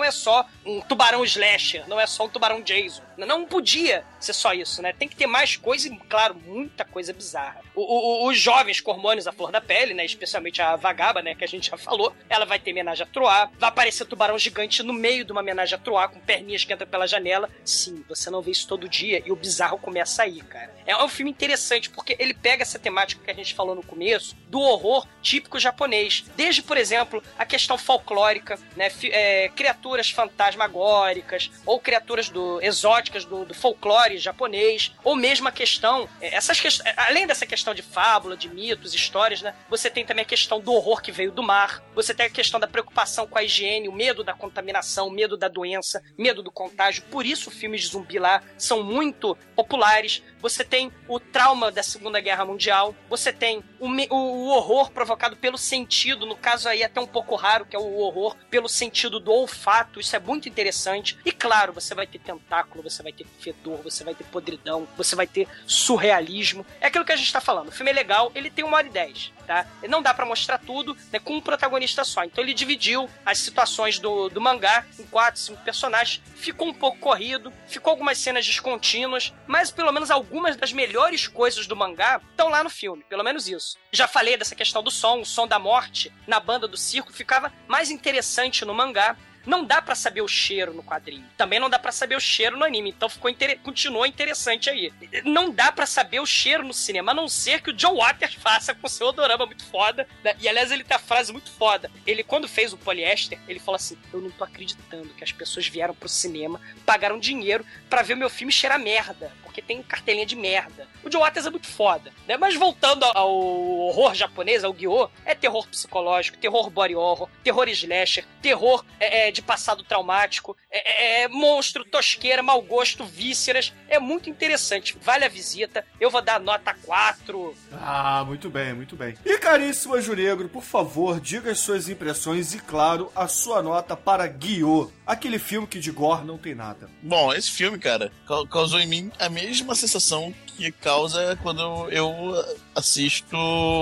é só um tubarão slasher, não é só um tubarão Jason. Não podia ser só isso, né? Tem que ter mais coisa e, claro, muita coisa bizarra. O, o, os jovens com hormônios à flor da pele, né? Especialmente a Vagaba, né? Que a gente já falou. Ela vai ter homenagem a Troá. Vai aparecer tubarão gigante no meio de uma homenagem a Troá, com perninhas que entram pela janela. Sim, você não vê isso todo dia e o bizarro começa aí, cara. É um filme interessante porque ele pega essa temática que a gente falou no começo, do horror típico japonês. Desde, por exemplo, a questão folclórica, né? É, criaturas fantasmagóricas ou criaturas do, exóticas do, do folclore japonês, ou mesmo a questão, essas quest... além dessa questão de fábula, de mitos, histórias, né? Você tem também a questão do horror que veio do mar, você tem a questão da preocupação com a higiene, o medo da contaminação, o medo da doença, medo do contágio. Por isso filmes de zumbi lá são muito populares. Você tem o trauma da Segunda Guerra Mundial, você tem o, me... o horror provocado pelo sentido, no caso aí até um pouco raro, que é o horror pelo sentido do olfato. Isso é muito interessante. E claro, você vai ter tentáculo, você vai ter fedor, você vai ter podridão, você vai ter surrealismo. É aquilo que a gente tá falando. O filme é legal, ele tem uma hora e dez, tá? Não dá pra mostrar tudo, né, com um protagonista só. Então ele dividiu as situações do, do mangá em quatro, cinco personagens. Ficou um pouco corrido, ficou algumas cenas descontínuas, mas pelo menos algumas das melhores coisas do mangá estão lá no filme, pelo menos isso. Já falei dessa questão do som, o som da morte na banda do circo ficava mais interessante no mangá. Não dá pra saber o cheiro no quadrinho. Também não dá pra saber o cheiro no anime. Então ficou inter... continuou interessante aí. Não dá pra saber o cheiro no cinema, a não ser que o John Waters faça com seu odorama muito foda, né? E aliás, ele tem a frase muito foda. Ele, quando fez o Polyester, ele falou assim: eu não tô acreditando que as pessoas vieram pro cinema, pagaram dinheiro pra ver o meu filme cheirar merda, porque tem cartelinha de merda. O John Waters é muito foda, né? Mas voltando ao horror japonês, ao Gyo, é terror psicológico, terror body horror, terror slasher, terror é, é, de passado traumático, é, é, é monstro, tosqueira, mau gosto, vísceras. É muito interessante. Vale a visita. Eu vou dar nota quatro. Ah, muito bem, muito bem. E caríssimo Anjo Negro, por favor, diga as suas impressões e, claro, a sua nota para Gyo, aquele filme que de gore não tem nada. Bom, esse filme, cara, causou em mim a mesma sensação que causa quando eu assisto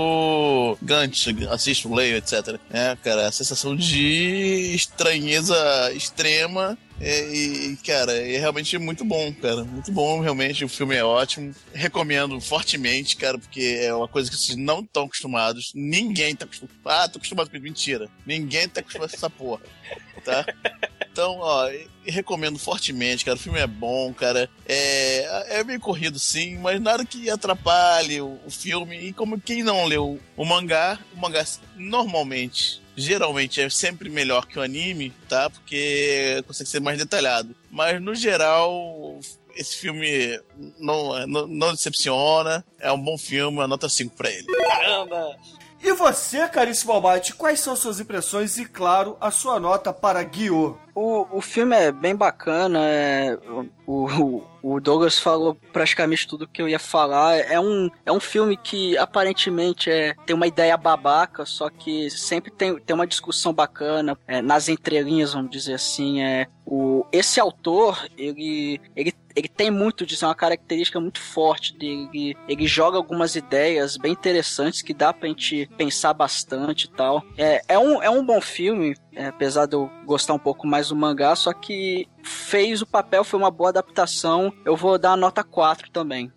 Gantz, assisto, leio, etcétera. É, cara, a sensação de estranheza extrema. E, cara, é realmente muito bom, cara. Muito bom, realmente. O filme é ótimo. Recomendo fortemente, cara, porque é uma coisa que vocês não estão acostumados. Ninguém tá acostumado. Ah, tô acostumado com isso. Mentira. Ninguém tá acostumado com essa porra. Tá? Então, ó, recomendo fortemente, cara. O filme é bom, cara. É, é meio corrido, sim, mas nada que atrapalhe o, o filme. E como quem não leu o mangá, o mangá normalmente, geralmente é sempre melhor que o anime, tá? Porque consegue ser mais detalhado. Mas, no geral, esse filme não, não, não decepciona. É um bom filme, uma nota cinco pra ele. Caramba! E você, caríssimo Almighty, quais são suas impressões e, claro, a sua nota para Gyo? O, o filme é bem bacana, é, o, o, o Douglas falou praticamente tudo que eu ia falar. É um, é um filme que aparentemente é, tem uma ideia babaca, só que sempre tem, tem uma discussão bacana, é, nas entrelinhas, vamos dizer assim. É, o, esse autor, ele, ele, ele tem muito disso, é uma característica muito forte dele. Ele, ele joga algumas ideias bem interessantes que dá pra gente pensar bastante e tal. É, é, um, é um bom filme, é, apesar de eu gostar um pouco mais do mangá, só que fez o papel, foi uma boa adaptação. Eu vou dar a nota quatro também.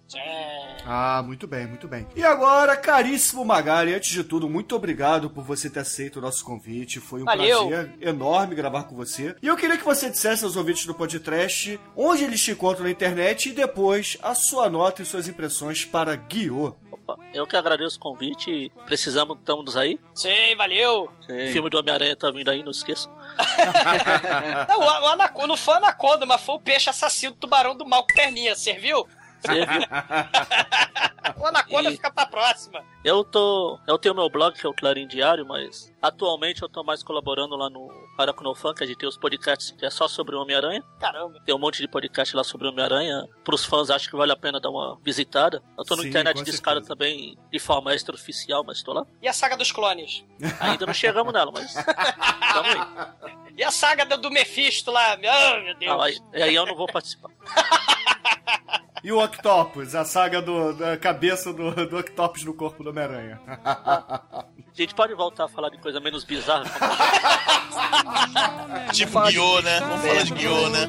Ah, muito bem, muito bem. E agora, caríssimo Magari, antes de tudo, muito obrigado por você ter aceito o nosso convite. Foi um Valeu. prazer enorme gravar com você. E eu queria que você dissesse aos ouvintes do podcast onde eles te encontram na internet e depois a sua nota e suas impressões para Gyo. Opa, eu que agradeço o convite. Precisamos, estamos aí. Sim, valeu. Sim. O filme do Homem-Aranha tá vindo aí, não esqueça. Não, o, o anaconda, não foi anaconda, mas foi o peixe assassino do tubarão do mal com perninha, serviu? Serviu. O anaconda e... fica pra próxima. Eu tô. Eu tenho meu blog, que é o Clarim Diário, mas atualmente eu tô mais colaborando lá no Aracnofan, que a gente tem os podcasts que é só sobre o Homem-Aranha. Caramba. Tem um monte de podcast lá sobre o Homem-Aranha. Pros fãs, acho que vale a pena dar uma visitada. Eu tô no Sim, internet discada também de forma extraoficial, mas tô lá. E a saga dos clones? Ainda não chegamos nela, mas. Tamo aí. E a saga do, do Mephisto lá? Oh, meu Deus. Ah, aí, aí eu não vou participar. E o Octopus, a saga do, da cabeça do, do Octopus no corpo do Homem-Aranha. A gente pode voltar a falar de coisa menos bizarra? Tipo Guiô, né? Vamos falar de Guiô, né?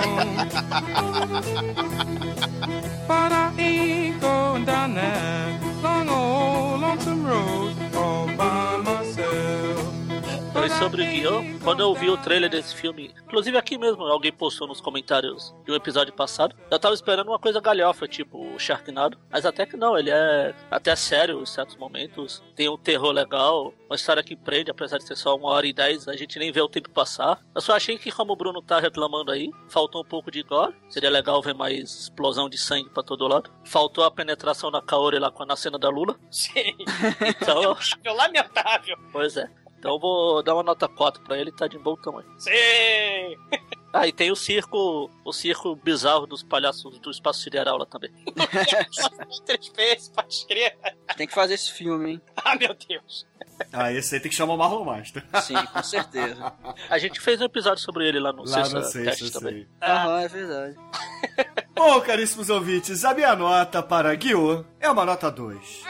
But I ain't going down that long old lonesome road all by myself. Então, e sobre o guião, quando eu vi o trailer desse filme, inclusive aqui mesmo, alguém postou nos comentários de um episódio passado, eu tava esperando uma coisa galhofa, tipo o Sharknado, mas até que não, ele é até sério em certos momentos, tem um terror legal, uma história que prende, apesar de ser só uma hora e dez, a gente nem vê o tempo passar. Eu só achei que, como o Bruno tá reclamando aí, faltou um pouco de gore, seria legal ver mais explosão de sangue pra todo lado. Faltou a penetração da Kaori lá na cena da Lula. Sim. Então, lamentável. Pois é. Então eu vou dar uma nota quatro pra ele, tá de bom tamanho. Sim! Ah, e tem o circo, o circo bizarro dos palhaços do espaço sideral lá também. Três vezes, pode crer. Tem que fazer esse filme, hein? Ah, meu Deus. Ah, esse aí tem que chamar o Marlon Master. Sim, com certeza. A gente fez um episódio sobre ele lá no Lá Sexta no Sexta, Cast também. Aham, ah, é verdade. Bom, caríssimos ouvintes, a minha nota para Guiô é uma nota dois.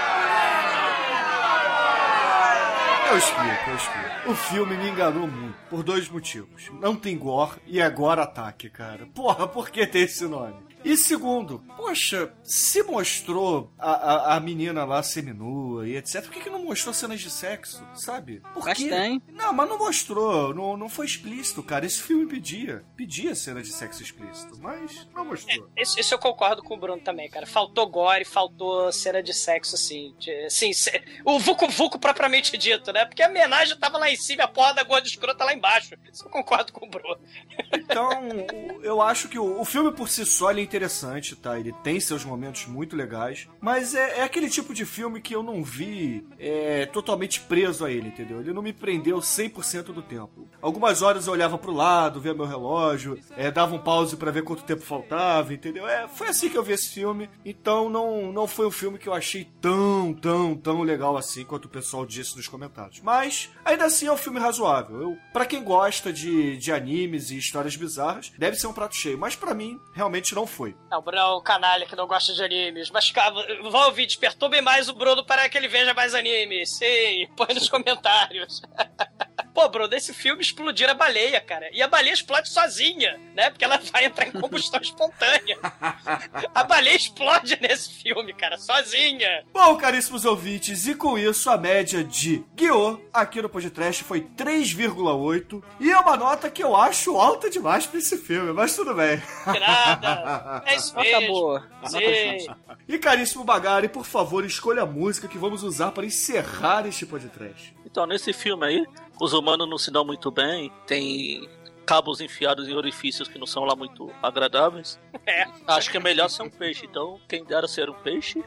Eu explico, eu explico. O filme me enganou muito, por dois motivos. Não tem gore e agora ataque, cara. Porra, por que ter esse nome? E segundo, poxa, se mostrou a, a, a menina lá seminua e etcétera, por que, que não mostrou cenas de sexo, sabe? Por mas quê? tem. Não, mas não mostrou, não, não foi explícito, cara. Esse filme pedia, pedia cena de sexo explícito, mas não mostrou. É, isso, isso eu concordo com o Bruno também, cara. Faltou gore, faltou cena de sexo, assim. De, assim se, o Vucu Vucu propriamente dito, né? Porque a homenagem tava lá em cima e a porra da gorda escrota lá embaixo. Isso eu concordo com o Bruno. Então, eu acho que o, o filme por si só ele é interessante, tá? Ele tem seus momentos muito legais, mas é, é aquele tipo de filme que eu não vi é, totalmente preso a ele, entendeu? Ele não me prendeu cem por cento do tempo. Algumas horas eu olhava pro lado, via meu relógio, é, dava um pause pra ver quanto tempo faltava, entendeu? É, foi assim que eu vi esse filme, então não, não foi um filme que eu achei tão, tão, tão legal assim quanto o pessoal disse nos comentários. Mas, ainda assim é um filme razoável. Eu, pra quem gosta de, de animes e histórias bizarras, deve ser um prato cheio, mas pra mim, realmente não foi. Não, o Bruno é um canalha que não gosta de animes, mas vá ouvir, desperturbe mais o Bruno para que ele veja mais animes. Sim, põe nos comentários. Pô, Bruno, esse filme explodir a baleia, cara. E a baleia explode sozinha, né? Porque ela vai entrar em combustão espontânea. A baleia explode nesse filme, cara, sozinha. Bom, caríssimos ouvintes, e com isso a média de Guiô aqui no Podcast foi três vírgula oito. E é uma nota que eu acho alta demais pra esse filme, mas tudo bem. Que nada. É isso mesmo. Nota boa. Sim. E caríssimo Bagari, por favor, escolha a música que vamos usar para encerrar este podcast. Então, nesse filme aí, os humanos não se dão muito bem, tem cabos enfiados em orifícios que não são lá muito agradáveis. É. Acho que é melhor ser um peixe, então quem dera ser um peixe.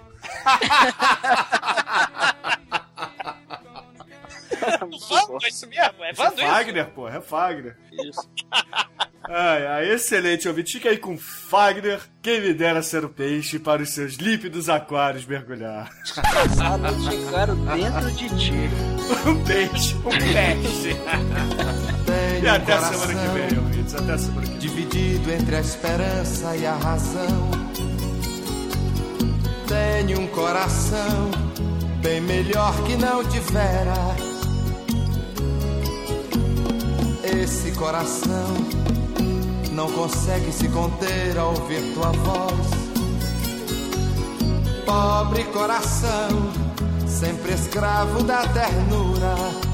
Vando, é isso mesmo? É Vando é Fagner, isso? Porra, é Fagner. Isso. Ai, ai, excelente, ouvinte. Fica aí com Fagner, quem me dera ser o peixe para os seus límpidos aquários mergulhar. Passado de claro dentro de ti. Um peixe, um peixe. E até a semana que vem, ouvintes. Até a semana que vem. Dividido entre a esperança e a razão. Tenho um coração bem melhor que não tivera. Esse coração não consegue se conter ao ouvir tua voz. Pobre coração, sempre escravo da ternura.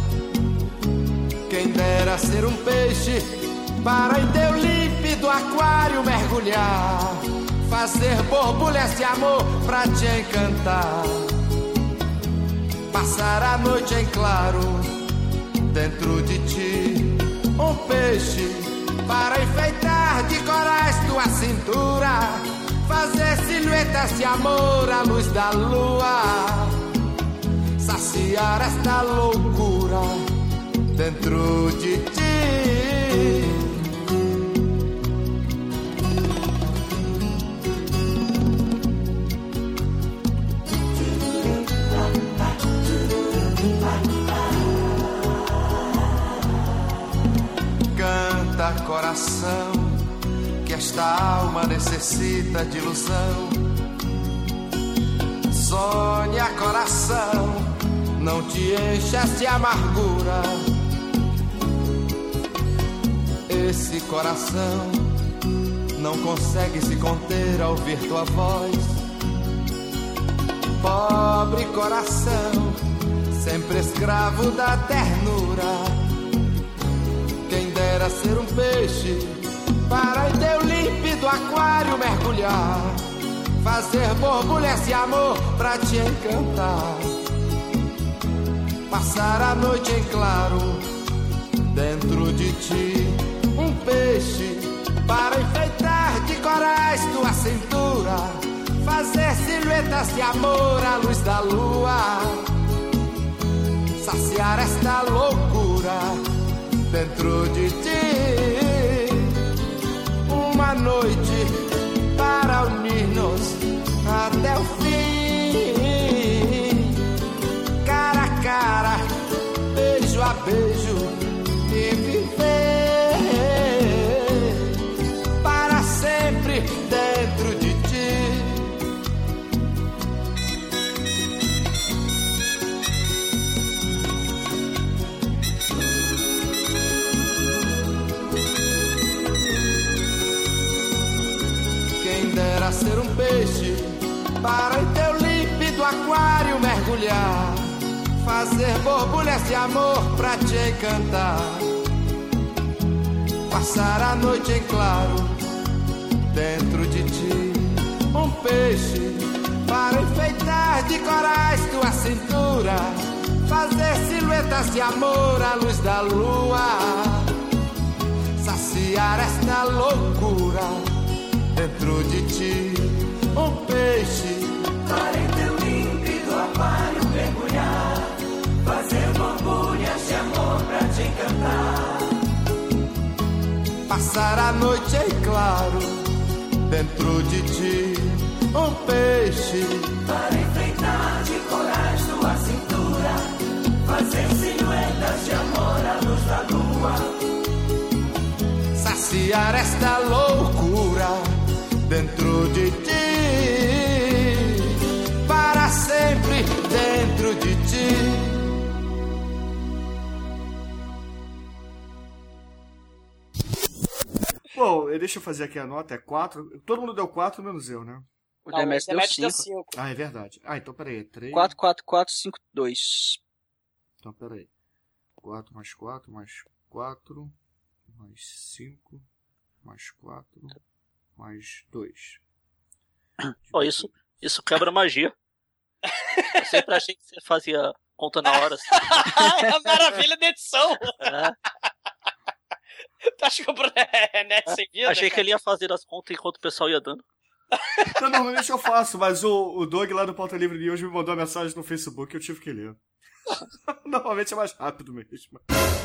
Quem dera ser um peixe para em teu límpido aquário mergulhar, fazer borbulhas de amor pra te encantar, passar a noite em claro dentro de ti. Um peixe para enfeitar de corais tua cintura, fazer silhuetas de amor à luz da lua, saciar esta loucura dentro de ti. Canta, coração, que esta Esta alma necessita de ilusão. Sonha, coração, não te enchas de amargura. Esse coração não consegue se conter ao ouvir tua voz. Pobre coração, sempre escravo da ternura. Quem dera ser um peixe para em teu límpido aquário mergulhar, fazer borbulha esse amor pra te encantar, passar a noite em claro dentro de ti. Um peixe para enfeitar de corais tua cintura, fazer silhuetas de amor à luz da lua, saciar esta loucura dentro de ti. Uma noite para unir-nos até o fim, cara a cara, beijo a beijo, e viver para sempre dentro de ti. Quem dera ser um peixe para em teu límpido aquário mergulhar, fazer borbulhas de amor pra te encantar, passar a noite em claro dentro de ti. Um peixe para enfeitar de corais tua cintura, fazer silhuetas de amor à luz da lua, saciar esta loucura dentro de ti. Um peixe para em teu límpido aquário mergulhar, fazer borbulhas de amor pra te encantar, passar a noite em claro dentro de ti. Um peixe para enfeitar de corais tua cintura, fazer silhuetas de amor à luz da lua, saciar esta loucura dentro de ti, para sempre dentro de ti. Bom, deixa eu fazer aqui a nota, é quatro. Todo mundo deu quatro, menos eu, né? O Demetrio deu cinco. Ah, é verdade. Ah, então peraí, é três. quatro, quatro, quatro, cinco, dois. Então peraí. quatro mais quatro, mais quatro, mais cinco, mais quatro, mais dois. Pô, isso, isso quebra magia. Eu sempre achei que você fazia conta na hora. Assim. É a maravilha da edição. É. Tu acha que eu é, net sem vida? Achei cara? que ele ia fazer as contas enquanto o pessoal ia dando. Então, normalmente eu faço, mas o, o Doug lá do Pauta Livre de hoje me mandou uma mensagem no Facebook e eu tive que ler. Normalmente é mais rápido mesmo.